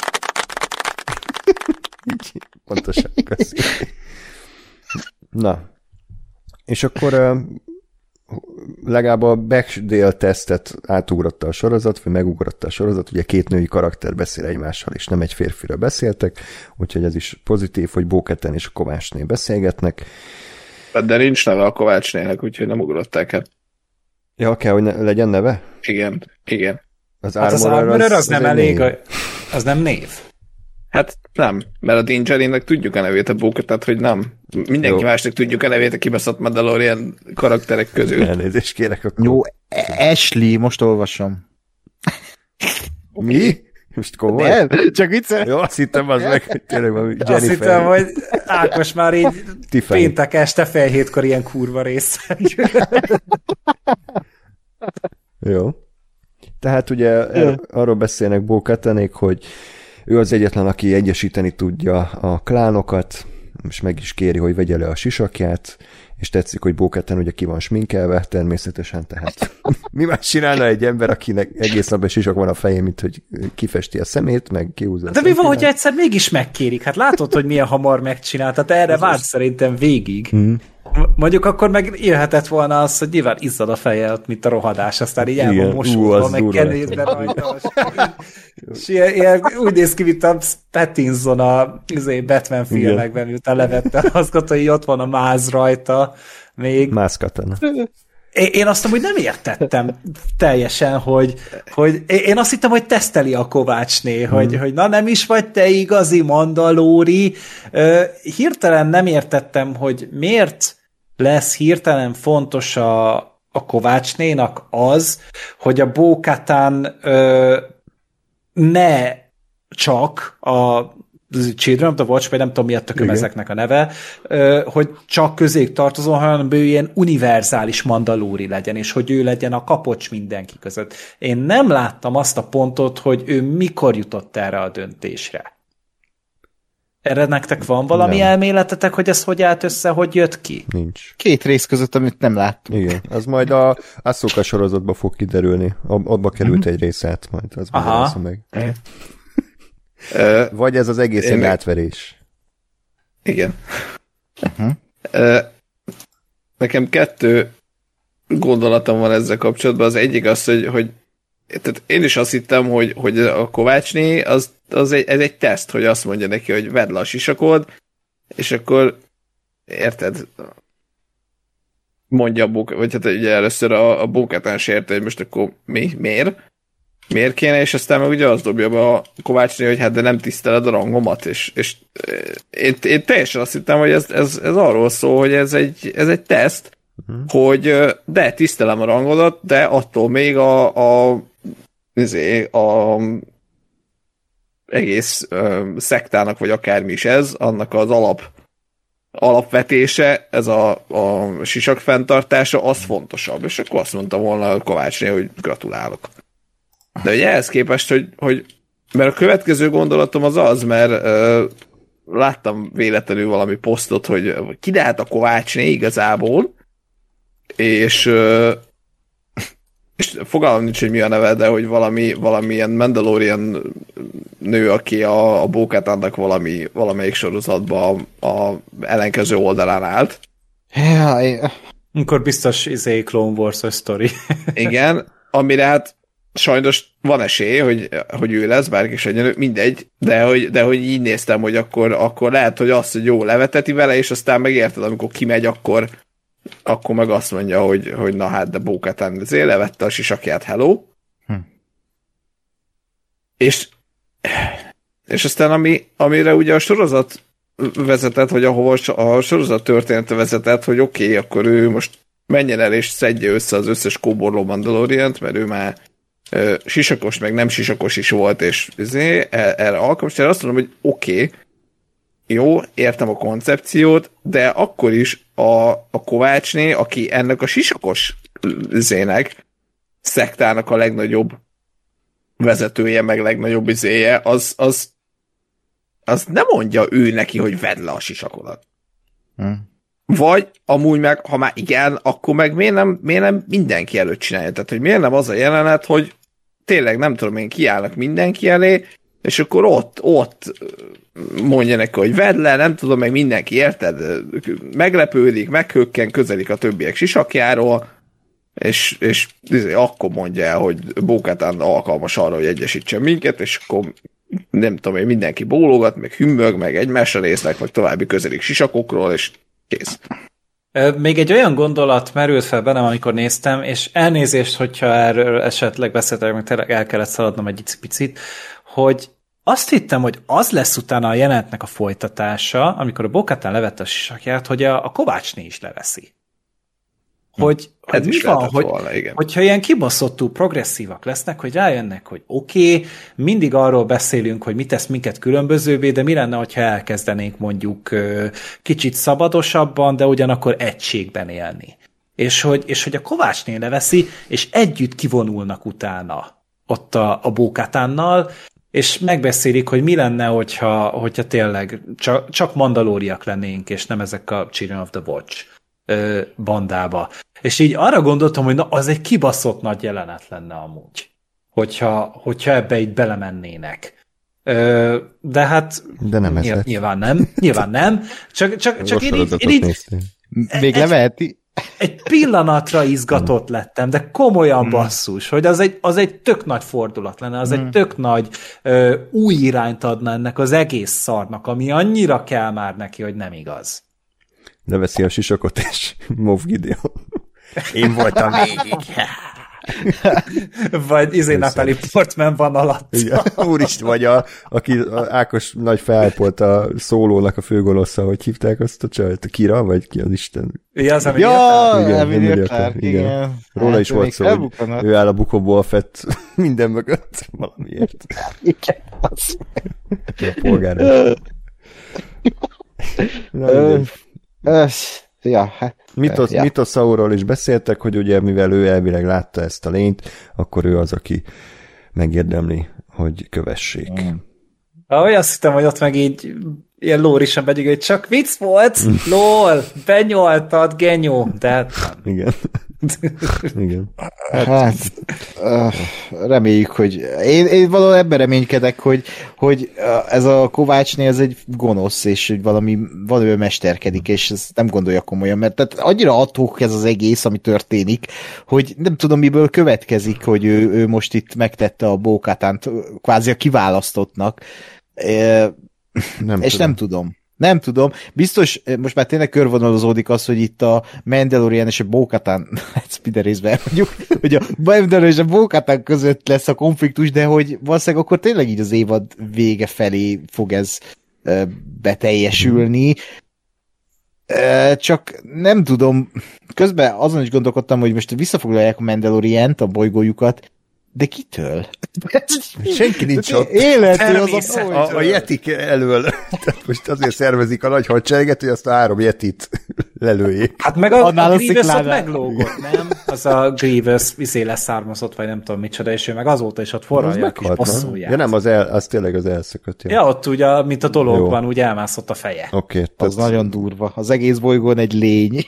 Pontosan, köszi. Na, és akkor uh, legalább a Bechdel tesztet átugrotta a sorozat, vagy megugrotta a sorozat, ugye két női karakter beszél egymással, és nem egy férfiről beszéltek, úgyhogy ez is pozitív, hogy Bo-Katan és a Kovácsné beszélgetnek. De nincs neve a Kovácsnének, úgyhogy nem ugrották el. Ja, kell, hogy ne, legyen neve? Igen, igen. Az Hát az Armorer Armorer az, az nem elég, név. a, az nem név. Hát nem, mert a Dingerin-nek tudjuk a nevét, a Bo-Katant, hogy nem. Mindenki Jó. másnak tudjuk a nevét a kibaszott Mandalorian karakterek közül. Elnézést kérek akkor. Jó, Ashley, most olvasom. Mi? Most komoly? Nem, csak viccelek. Jó, azt hittem az meg, hogy tényleg valami Jennifer. Azt hittem, hogy Ákos már így Tiffany. péntek este fél hétkor ilyen kurva része. Jó. Tehát ugye er, arról beszélnek Bo-Katanék, hogy ő az egyetlen, aki egyesíteni tudja a klánokat, és meg is kéri, hogy vegye le a sisakját, és tetszik, hogy Bo-Katan ugye ki van sminkelve, természetesen, tehát mi más csinálna egy ember, akinek egész nap egy sisak van a fején, mint hogy kifesti a szemét, meg kihúzza a De mi van, szemkínát. hogy egyszer mégis megkérik? Hát látod, hogy milyen hamar megcsinálta, te erre vársz szerintem végig. Hmm. Mondjuk akkor meg jöhetett volna az, hogy nyilván izzad a feje ott, mint a rohadás, aztán így el van Igen, ú, mosódva, az meg durva. kenőzve rajta. És ilyen, ilyen, úgy néz ki, mint a Pattinson a izé, Batman filmekben, miután levette azt gondolta, hogy ott van a máz rajta még. Mászkatana. Én, én azt amúgy nem értettem teljesen, hogy, hogy én azt hittem, hogy teszteli a Kovácsné, hmm. hogy, hogy na nem is vagy te igazi mandalóri. Hirtelen nem értettem, hogy miért lesz hirtelen fontos a, a Kovácsnénak az, hogy a Bo-Katan ne csak a Children of the Watch, vagy nem tudom mi a tököm ezeknek a neve, hogy csak közéig tartozó, hanem ő ilyen univerzális mandalóri legyen, és hogy ő legyen a kapocs mindenki között. Én nem láttam azt a pontot, hogy ő mikor jutott erre a döntésre. Erre nektek van valami nem. elméletetek, hogy ez hogy állt össze, hogy jött ki? Nincs. Két rész között, amit nem láttuk. Igen, az majd a Ahsoka sorozatba fog kiderülni. Abba került mm-hmm. egy rész át, majd az Aha. meg. Vagy ez az egész egy átverés. Igen. Uh-huh. Nekem kettő gondolatom van ezzel kapcsolatban. Az egyik az, hogy, hogy tehát én is azt hittem, hogy, hogy a Kovácsné az, az egy, ez egy teszt, hogy azt mondja neki, hogy vedd le a sisakod, és akkor érted, mondja a Bo- vagy hát ugye először a, a Bo-Katan sérte, hogy most akkor mi? Miért? Miért kéne, és aztán meg ugye azt dobja be a Kovácsné, hogy hát de nem tiszteled a rangomat, és, és én, én teljesen azt hittem, hogy ez, ez, ez arról szól, hogy ez egy, ez egy teszt, uh-huh. hogy de tisztelem a rangodat, de attól még a, a, a, a egész uh, szektának, vagy akármi is ez, annak az alap alapvetése, ez a, a sisak fenntartása, az fontosabb. És akkor azt mondtam volna a Kovácsné, hogy gratulálok. De ugye ehhez képest, hogy, hogy mert a következő gondolatom az az, mert uh, láttam véletlenül valami posztot, hogy ki lehet a Kovácsné igazából, és uh, és fogalmam nincs, hogy mi a neve, de hogy valami, valamilyen Mandalorian nő, aki a, a Bo-Katannak valami, valamelyik sorozatban a, a ellenkező oldalán állt. Jaj. Akkor biztos izé Clone Wars-os sztori. Igen, amire hát sajnos van esély, hogy, hogy ő lesz, bárki is egyenlő, mindegy, de hogy, de hogy így néztem, hogy akkor, akkor lehet, hogy azt, hogy jó, leveteti vele, és aztán megérted, amikor kimegy, akkor, akkor meg azt mondja, hogy, hogy na hát, de Bo-Katan azért levette a sisakját, hello. Hm. És, és aztán ami, amire ugye a sorozat vezetett, vagy ahova a sorozat története vezetett, hogy oké, okay, akkor ő most menjen el és szedje össze az összes kóborló Mandalorient, mert ő már ö, sisakos, meg nem sisakos is volt, és ezért, erre alkalmas. Tehát azt mondom, hogy oké, okay, jó, értem a koncepciót, de akkor is a, a Kovácsné, aki ennek a sisakos izének, szektának a legnagyobb vezetője, meg legnagyobb izéje, az, az, az nem mondja ő neki, hogy vedd le a sisakodat. Hmm. Vagy amúgy meg, ha már igen, akkor meg miért nem, miért nem mindenki előtt csinálja? Tehát, hogy miért nem az a jelenet, hogy tényleg nem tudom én, kiállnak mindenki elé, és akkor ott, ott mondja neki, hogy vedd le, nem tudom, meg mindenki, érted? Meglepődik, meghökken, közelik a többiek sisakjáról, és, és akkor mondja el, hogy Bo-Katan alkalmas arra, hogy egyesítsen minket, és akkor nem tudom én, mindenki bólogat, meg hümmög, meg egymásra néznek, vagy további közelik sisakokról, és kész. Még egy olyan gondolat merült fel bennem, amikor néztem, és elnézést, hogyha erről esetleg beszéltek, meg tényleg el kellett szaladnom egy picit, hogy azt hittem, hogy az lesz utána a jelenetnek a folytatása, amikor a Bo-Katan levette a sisakját, hogy a, a Kovácsné is leveszi. Hogy, hm. hogy mi van, hogy, hogyha ilyen kibaszottú progresszívak lesznek, hogy rájönnek, hogy oké, okay, mindig arról beszélünk, hogy mit tesz minket különbözővé, de mi lenne, hogyha elkezdenénk mondjuk kicsit szabadosabban, de ugyanakkor egységben élni. És hogy, és hogy a Kovácsné leveszi, és együtt kivonulnak utána ott a, a Bo-Katannal, és megbeszélik, hogy mi lenne, hogyha, hogyha tényleg csak, csak mandalóriak lennénk, és nem ezek a Children of the Watch bandába. És így arra gondoltam, hogy na, az egy kibaszott nagy jelenet lenne amúgy, hogyha, hogyha ebbe így belemennének. De hát De nem nyilván, nyilván nem, nyilván nem. Csak, csak, csak én, így, én, így, Még leveheti? Egy pillanatra izgatott lettem, de komolyan basszus, hogy az egy, az egy tök nagy fordulat lenne, az egy tök nagy ö, új irányt adna ennek az egész szarnak, ami annyira kell már neki, hogy nem igaz. De veszi a sisakot, és Moff Gideon. Én voltam végig. Vagy izé Natalie Portman van alatt. Úristen, vagy a, aki a Ákos nagy felpolt a szólónak a főgonosza, hogy hívták azt a csajt, a Kira, vagy ki az Isten? Ja, az, ja, igen, Emilia Clarke, igen. igen. Róla hát, is volt szó, hogy ő áll a bukóból a fett minden mögött valamiért. Igen, az. A polgár. Ja, hát. Mitosz, ja. Mitosauról is beszéltek, hogy ugye mivel ő elvileg látta ezt a lényt, akkor ő az, aki megérdemli, hogy kövessék. Mm. Ahogy azt hittem, hogy ott meg így ilyen lóri sem pedig, hogy csak vicc volt, lol, benyoltad, genyó, de igen. Igen. Hát, hát uh, reméljük, hogy én, én valahol ebben reménykedek, hogy, hogy ez a Kovácsné ez egy gonosz, és hogy valami, valami mesterkedik, és ezt nem gondolja komolyan, mert tehát annyira adhok ez az egész, ami történik, hogy nem tudom, miből következik, hogy ő, ő most itt megtette a Bo-Katant kvázi a kiválasztottnak, e, nem és tudom. nem tudom. Nem tudom. Biztos, most már tényleg körvonalazódik az, hogy itt a Mandalorian és a Bo-Katan, ezt minden részben mondjuk, hogy a Mandalorian és a Bo-Katan között lesz a konfliktus, de hogy valószínűleg akkor tényleg így az évad vége felé fog ez beteljesülni. Csak nem tudom, közben azon is gondolkodtam, hogy most visszafoglalják a Mandaloriant, a bolygójukat, de kitől? Senki nincs ott. Életű az a, a, a jetik elől. Tehát most azért szervezik a nagy hadsereget, hogy azt a három jetit lelőjék. Hát meg a, a, a Grievous ott meglógott, nem? Az a Grievous izé leszármazott, vagy nem tudom micsoda, és ő meg azóta is ott forralja a kis bosszúját. Ja nem, az, el, az tényleg az elszökött. Ja, ja ott ugye, mint a dologban, úgy elmászott a feje. Oké. Okay, az nagyon durva. Az egész bolygón egy lény.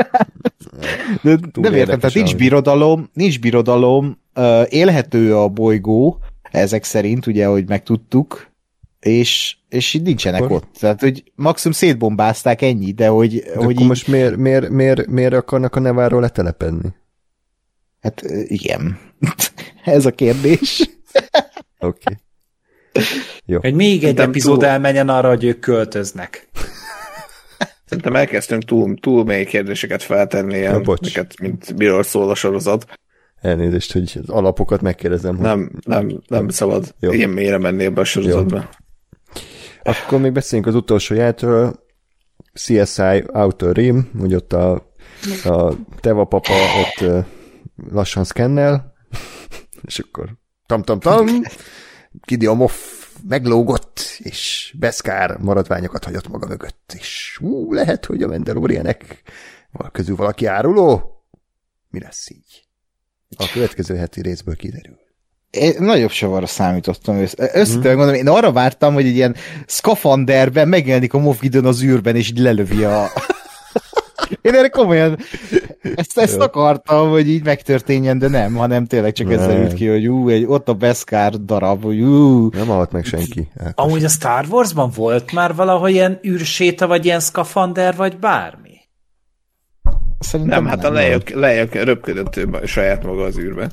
De nem értem, tehát nincs birodalom, nincs birodalom, Uh, élhető a bolygó, ezek szerint, ugye, hogy megtudtuk, és, és így nincsenek akkor... ott. Tehát, hogy maximum szétbombázták ennyi, de hogy... De hogy akkor így... most miért, miért, miért, miért akarnak a Neváról letelepedni? Hát igen. Ez a kérdés. Oké. Okay. Jó. Hogy még egy Nem epizód túl... elmenjen arra, hogy ők költöznek. Szerintem elkezdtünk túl, túl mély kérdéseket feltenni, ilyen, neked, mint miről szól a sorozat. Elnézést, hogy az alapokat megkérdezem. Nem, nem, nem szabad Jó. ilyen mélyre menni ebbe a sorozatba. Jó. Akkor még beszéljünk az utolsó jelentről. C S I Outer Rim, hogy ott a, a Teva papa ott lassan szkennel, és akkor tam-tam-tam, Gideon Moff meglógott, és Beskar maradványokat hagyott maga mögött, és ú, lehet, hogy a Mandalorianek közül valaki áruló? Mi lesz így? A következő heti részből kiderül. Én nagyobb savarra számítottam. Összetőleg hmm. mondom, én arra vártam, hogy egy ilyen szkafanderben megjelenik a Moff Gideon az űrben, és így lelövi a... Én erre komolyan ezt, ezt akartam, hogy így megtörténjen, de nem, hanem tényleg csak ez derült ki, hogy ú, egy, ott a Beskar darab, hogy ú. Nem halt meg senki. Ákos. Amúgy a Star Warsban volt már valahol ilyen űrséta, vagy ilyen szkafander, vagy bármi? Szerintem nem, hát nem a lejök, lejök röpködött ő saját maga az űrbe.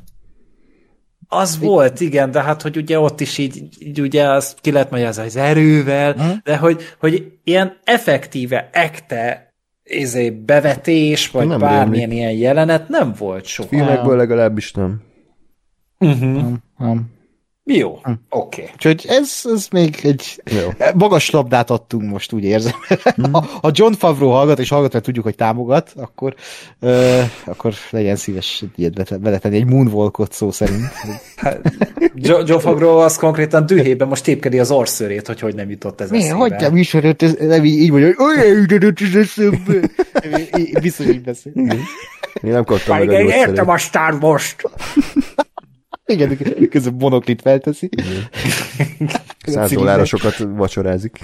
Az I... volt, igen, de hát, hogy ugye ott is így, így ugye azt ki lehet magyarázni az erővel, hm? de hogy, hogy ilyen effektíve, ekte izé, bevetés, vagy nem bármilyen rémlik. Ilyen jelenet nem volt soha. Filmekből legalábbis nem. Uh-huh. Nem, nem. Jó, hm. oké. Okay. Úgyhogy ez, ez még egy Jó. magas labdát adtunk most, úgy érzem. Hm. Ha, ha John Favreau hallgat, és hallgat, mert tudjuk, hogy támogat, akkor, uh, akkor legyen szíves ilyet beletenni, egy moonwalkot szó szerint. John Favreau az konkrétan dühében most tépkedi az orszörét, hogy hogy nem jutott ez eszébe. Hogy nem is, ez nem így mondja, hogy olyan jutott ez eszembe. Biztos így beszél. Én nem kaptam meg a gyógyszerét. Értem a Star Wars-t. Igen, közben monoklit felteszi. Száz dollárosokat vacsorázik.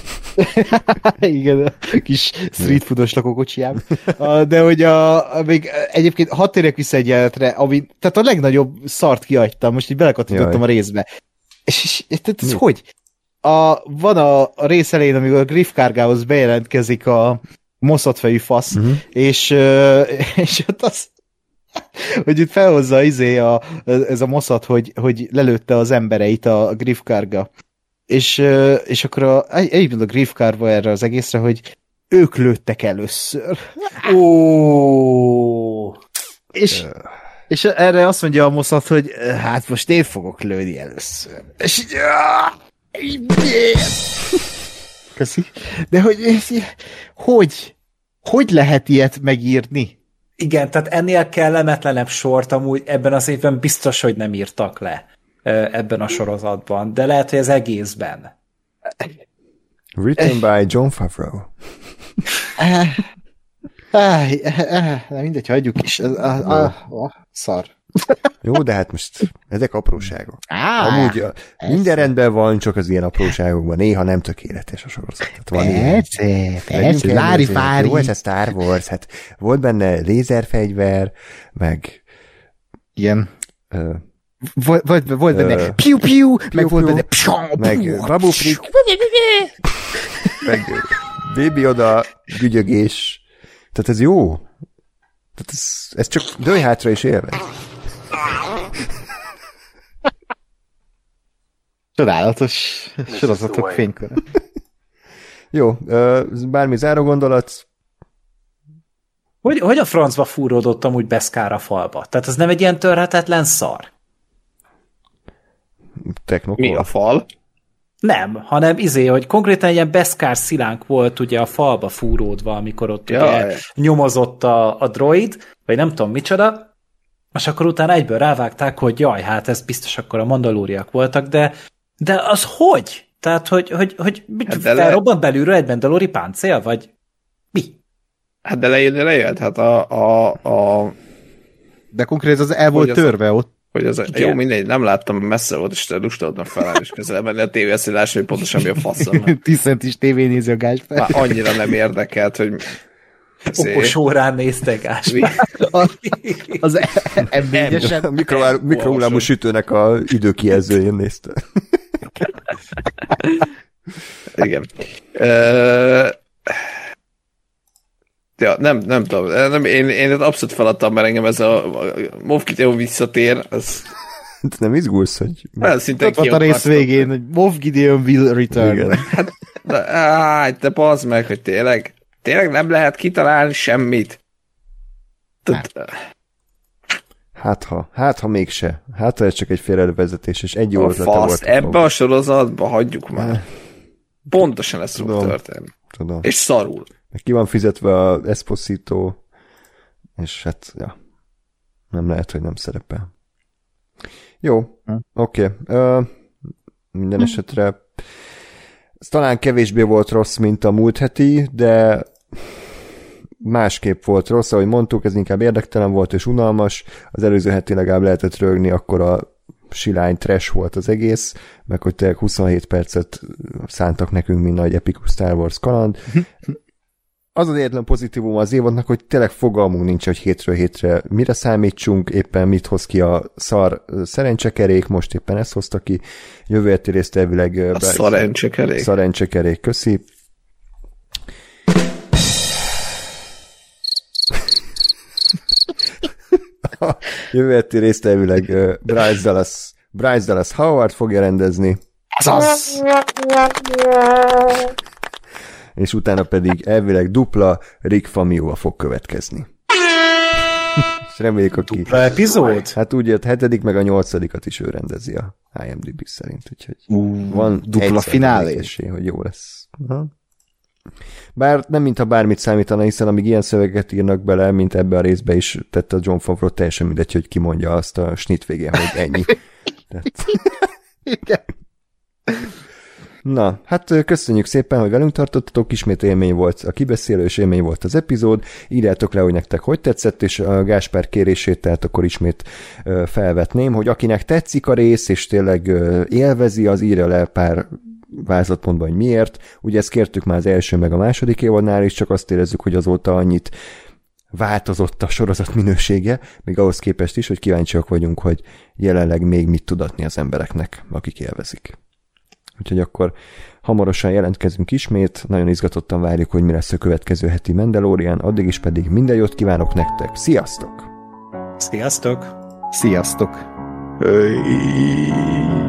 Igen, a kis street foodos lakókocsijám. De hogy a, még egyébként hadd térjek vissza egy jelenetre, ami, tehát a legnagyobb szart kihagytam, most így belekattintottam a részbe. És, és, és ez hogy? A, van a, a rész elején, amikor a Griff Kargához bejelentkezik a moszatfejű fasz, Mhm. és, ö, és ott az, hogy itt felhozza izé a, ez a moszat, hogy, hogy lelőtte az embereit a Grifkarga. És, ö, és akkor a, egyébként a Grifkarva erre az egészre, hogy ők lőttek először. Ó. És, és erre azt mondja a moszat, hogy hát most én fogok lőni először. És így, köszi. De hogy, hogy, hogy lehet ilyet megírni? Igen, tehát ennél kellemetlenebb sort amúgy ebben az évben biztos, hogy nem írtak le ebben a sorozatban, de lehet, hogy az egészben. Written by Jon Favreau. Ah, ah, ah, mindegy, hagyjuk is. Ah, ah, ah, szar. Jó, de hát most ezek apróságok. Ah, Amúgy a, minden rendben van, csak az ilyen apróságokban néha nem tökéletes a sorozat. Tehát van ilyen. Persze, persze, Legyünk lári elnézőek. fári. Jó, ez a Star Wars, hát volt benne lézerfegyver, meg Igen. ö, Volt, volt, volt benne Ö, piu-piu, meg volt piu. benne psong, meg piu. Babu Frick, meg Baby Oda gügyögés. Tehát ez jó. Tehát ez, ez csak dőj hátra és élve. Csodálatos sorozatok fénykora. Jó, ö, bármi záró gondolat? Hogy, hogy a francba fúródott amúgy Beskar a falba? Tehát ez nem egy ilyen törhetetlen szar? Technokol. Mi a fal? Nem, hanem izé, hogy konkrétan egy ilyen Beskar szilánk volt ugye a falba fúródva, amikor ott Jaj. ugye nyomozott a, a droid, vagy nem tudom micsoda, és akkor utána egyből rávágták, hogy jaj, hát ez biztos akkor a mandalóriak voltak, de, de az hogy? Tehát, hogy, hogy, hogy mit, Hát de le- felrobbant belülről egy mandalóri páncél, vagy mi? Hát de lejönni lejöhet, hát a, a, a De konkrét az el volt Hogy az- törve ott. hogy az, jó, mindegy, nem láttam, messze volt, és te lustoltam fel, és közelebb menni a tévéhez, hogy lássam, hogy pontosan mi a faszom. tíz centis tévénéző a Gásper. Már annyira nem érdekelt, hogy Okos órán néztek ás. Mi? Az em négyesen. A mikro- mikrohullámú sütőnek a időkijelzőjén nézte. Igen. Ö... Ja, nem, nem tudom. Nem, én, én abszolút feladtam, mert engem ez a, a Moff Gideon visszatér, az Te nem izgulsz, hogy... hát szinte Ott volt a rész végén, hogy Moff Gideon will return. Igen. De, áj, te bazd meg, hogy tényleg, tényleg nem lehet kitalálni semmit. Tehát, Hát ha, hát ha mégse. Hát ha ez csak egy félrevezetés, és egy jó a ötlete fasz, volt. ebbe a sorozatba hagyjuk már. Pontosan ez fog Tudom. történni. Tudom. És szarul. Meg ki van fizetve a Esposito, és hát, ja, nem lehet, hogy nem szerepel. Jó, Hm. oké. Okay. Minden esetre ez talán kevésbé volt rossz, mint a múlt heti, de másképp volt rossz, ahogy mondtuk, ez inkább érdektelen volt és unalmas. Az előző heti legalább lehetett rögni, akkor a silány trash volt az egész, meg hogy tényleg huszonhét percet szántak nekünk, mint nagy epikus Star Wars kaland. Az az egyetlen pozitívum az évadnak, hogy tényleg fogalmunk nincs, hogy hétről hétre mire számítsunk, éppen mit hoz ki a szar szerencsekerék, most éppen ezt hozta ki, jövő heti részt elvileg A szarencsekerék. Szarencsekerék, köszi. A jövő heti részt elvileg uh, Bryce Dallas, Bryce Dallas Howard fogja rendezni. Azaz! És utána pedig elvileg dupla Rick Famuyiwa fog következni. És reméljük, aki... Dupla epizód? Hát úgy jött, hetedik meg a nyolcadikat is ő rendezi a I M D B szerint, úgyhogy uh, van dupla finálé. esély, hogy jó lesz. Aha. Bár nem mintha bármit számítana, hiszen amíg ilyen szöveget írnak bele, mint ebbe a részbe is tette a Jon Favreau, teljesen mindegy, hogy kimondja azt a snit végén, hogy ennyi. Tehát... Na, hát köszönjük szépen, hogy velünk tartottatok, ismét élmény volt a kibeszélő, és élmény volt az epizód, írjátok le, hogy nektek hogy tetszett, és a Gáspár kérését, tehát akkor ismét felvetném, hogy akinek tetszik a rész, és tényleg élvezi, az írja le pár vázlatpontban, hogy miért. Ugye ezt kértük már az első meg a második évadnál is, csak azt érezzük, hogy azóta annyit változott a sorozat minősége, még ahhoz képest is, hogy kíváncsiak vagyunk, hogy jelenleg még mit tudatni az embereknek, akik élvezik. Úgyhogy akkor hamarosan jelentkezünk ismét, nagyon izgatottan várjuk, hogy mi lesz a következő heti Mandalorian, addig is pedig minden jót kívánok nektek. Sziasztok! Sziasztok! Sziasztok! Hey.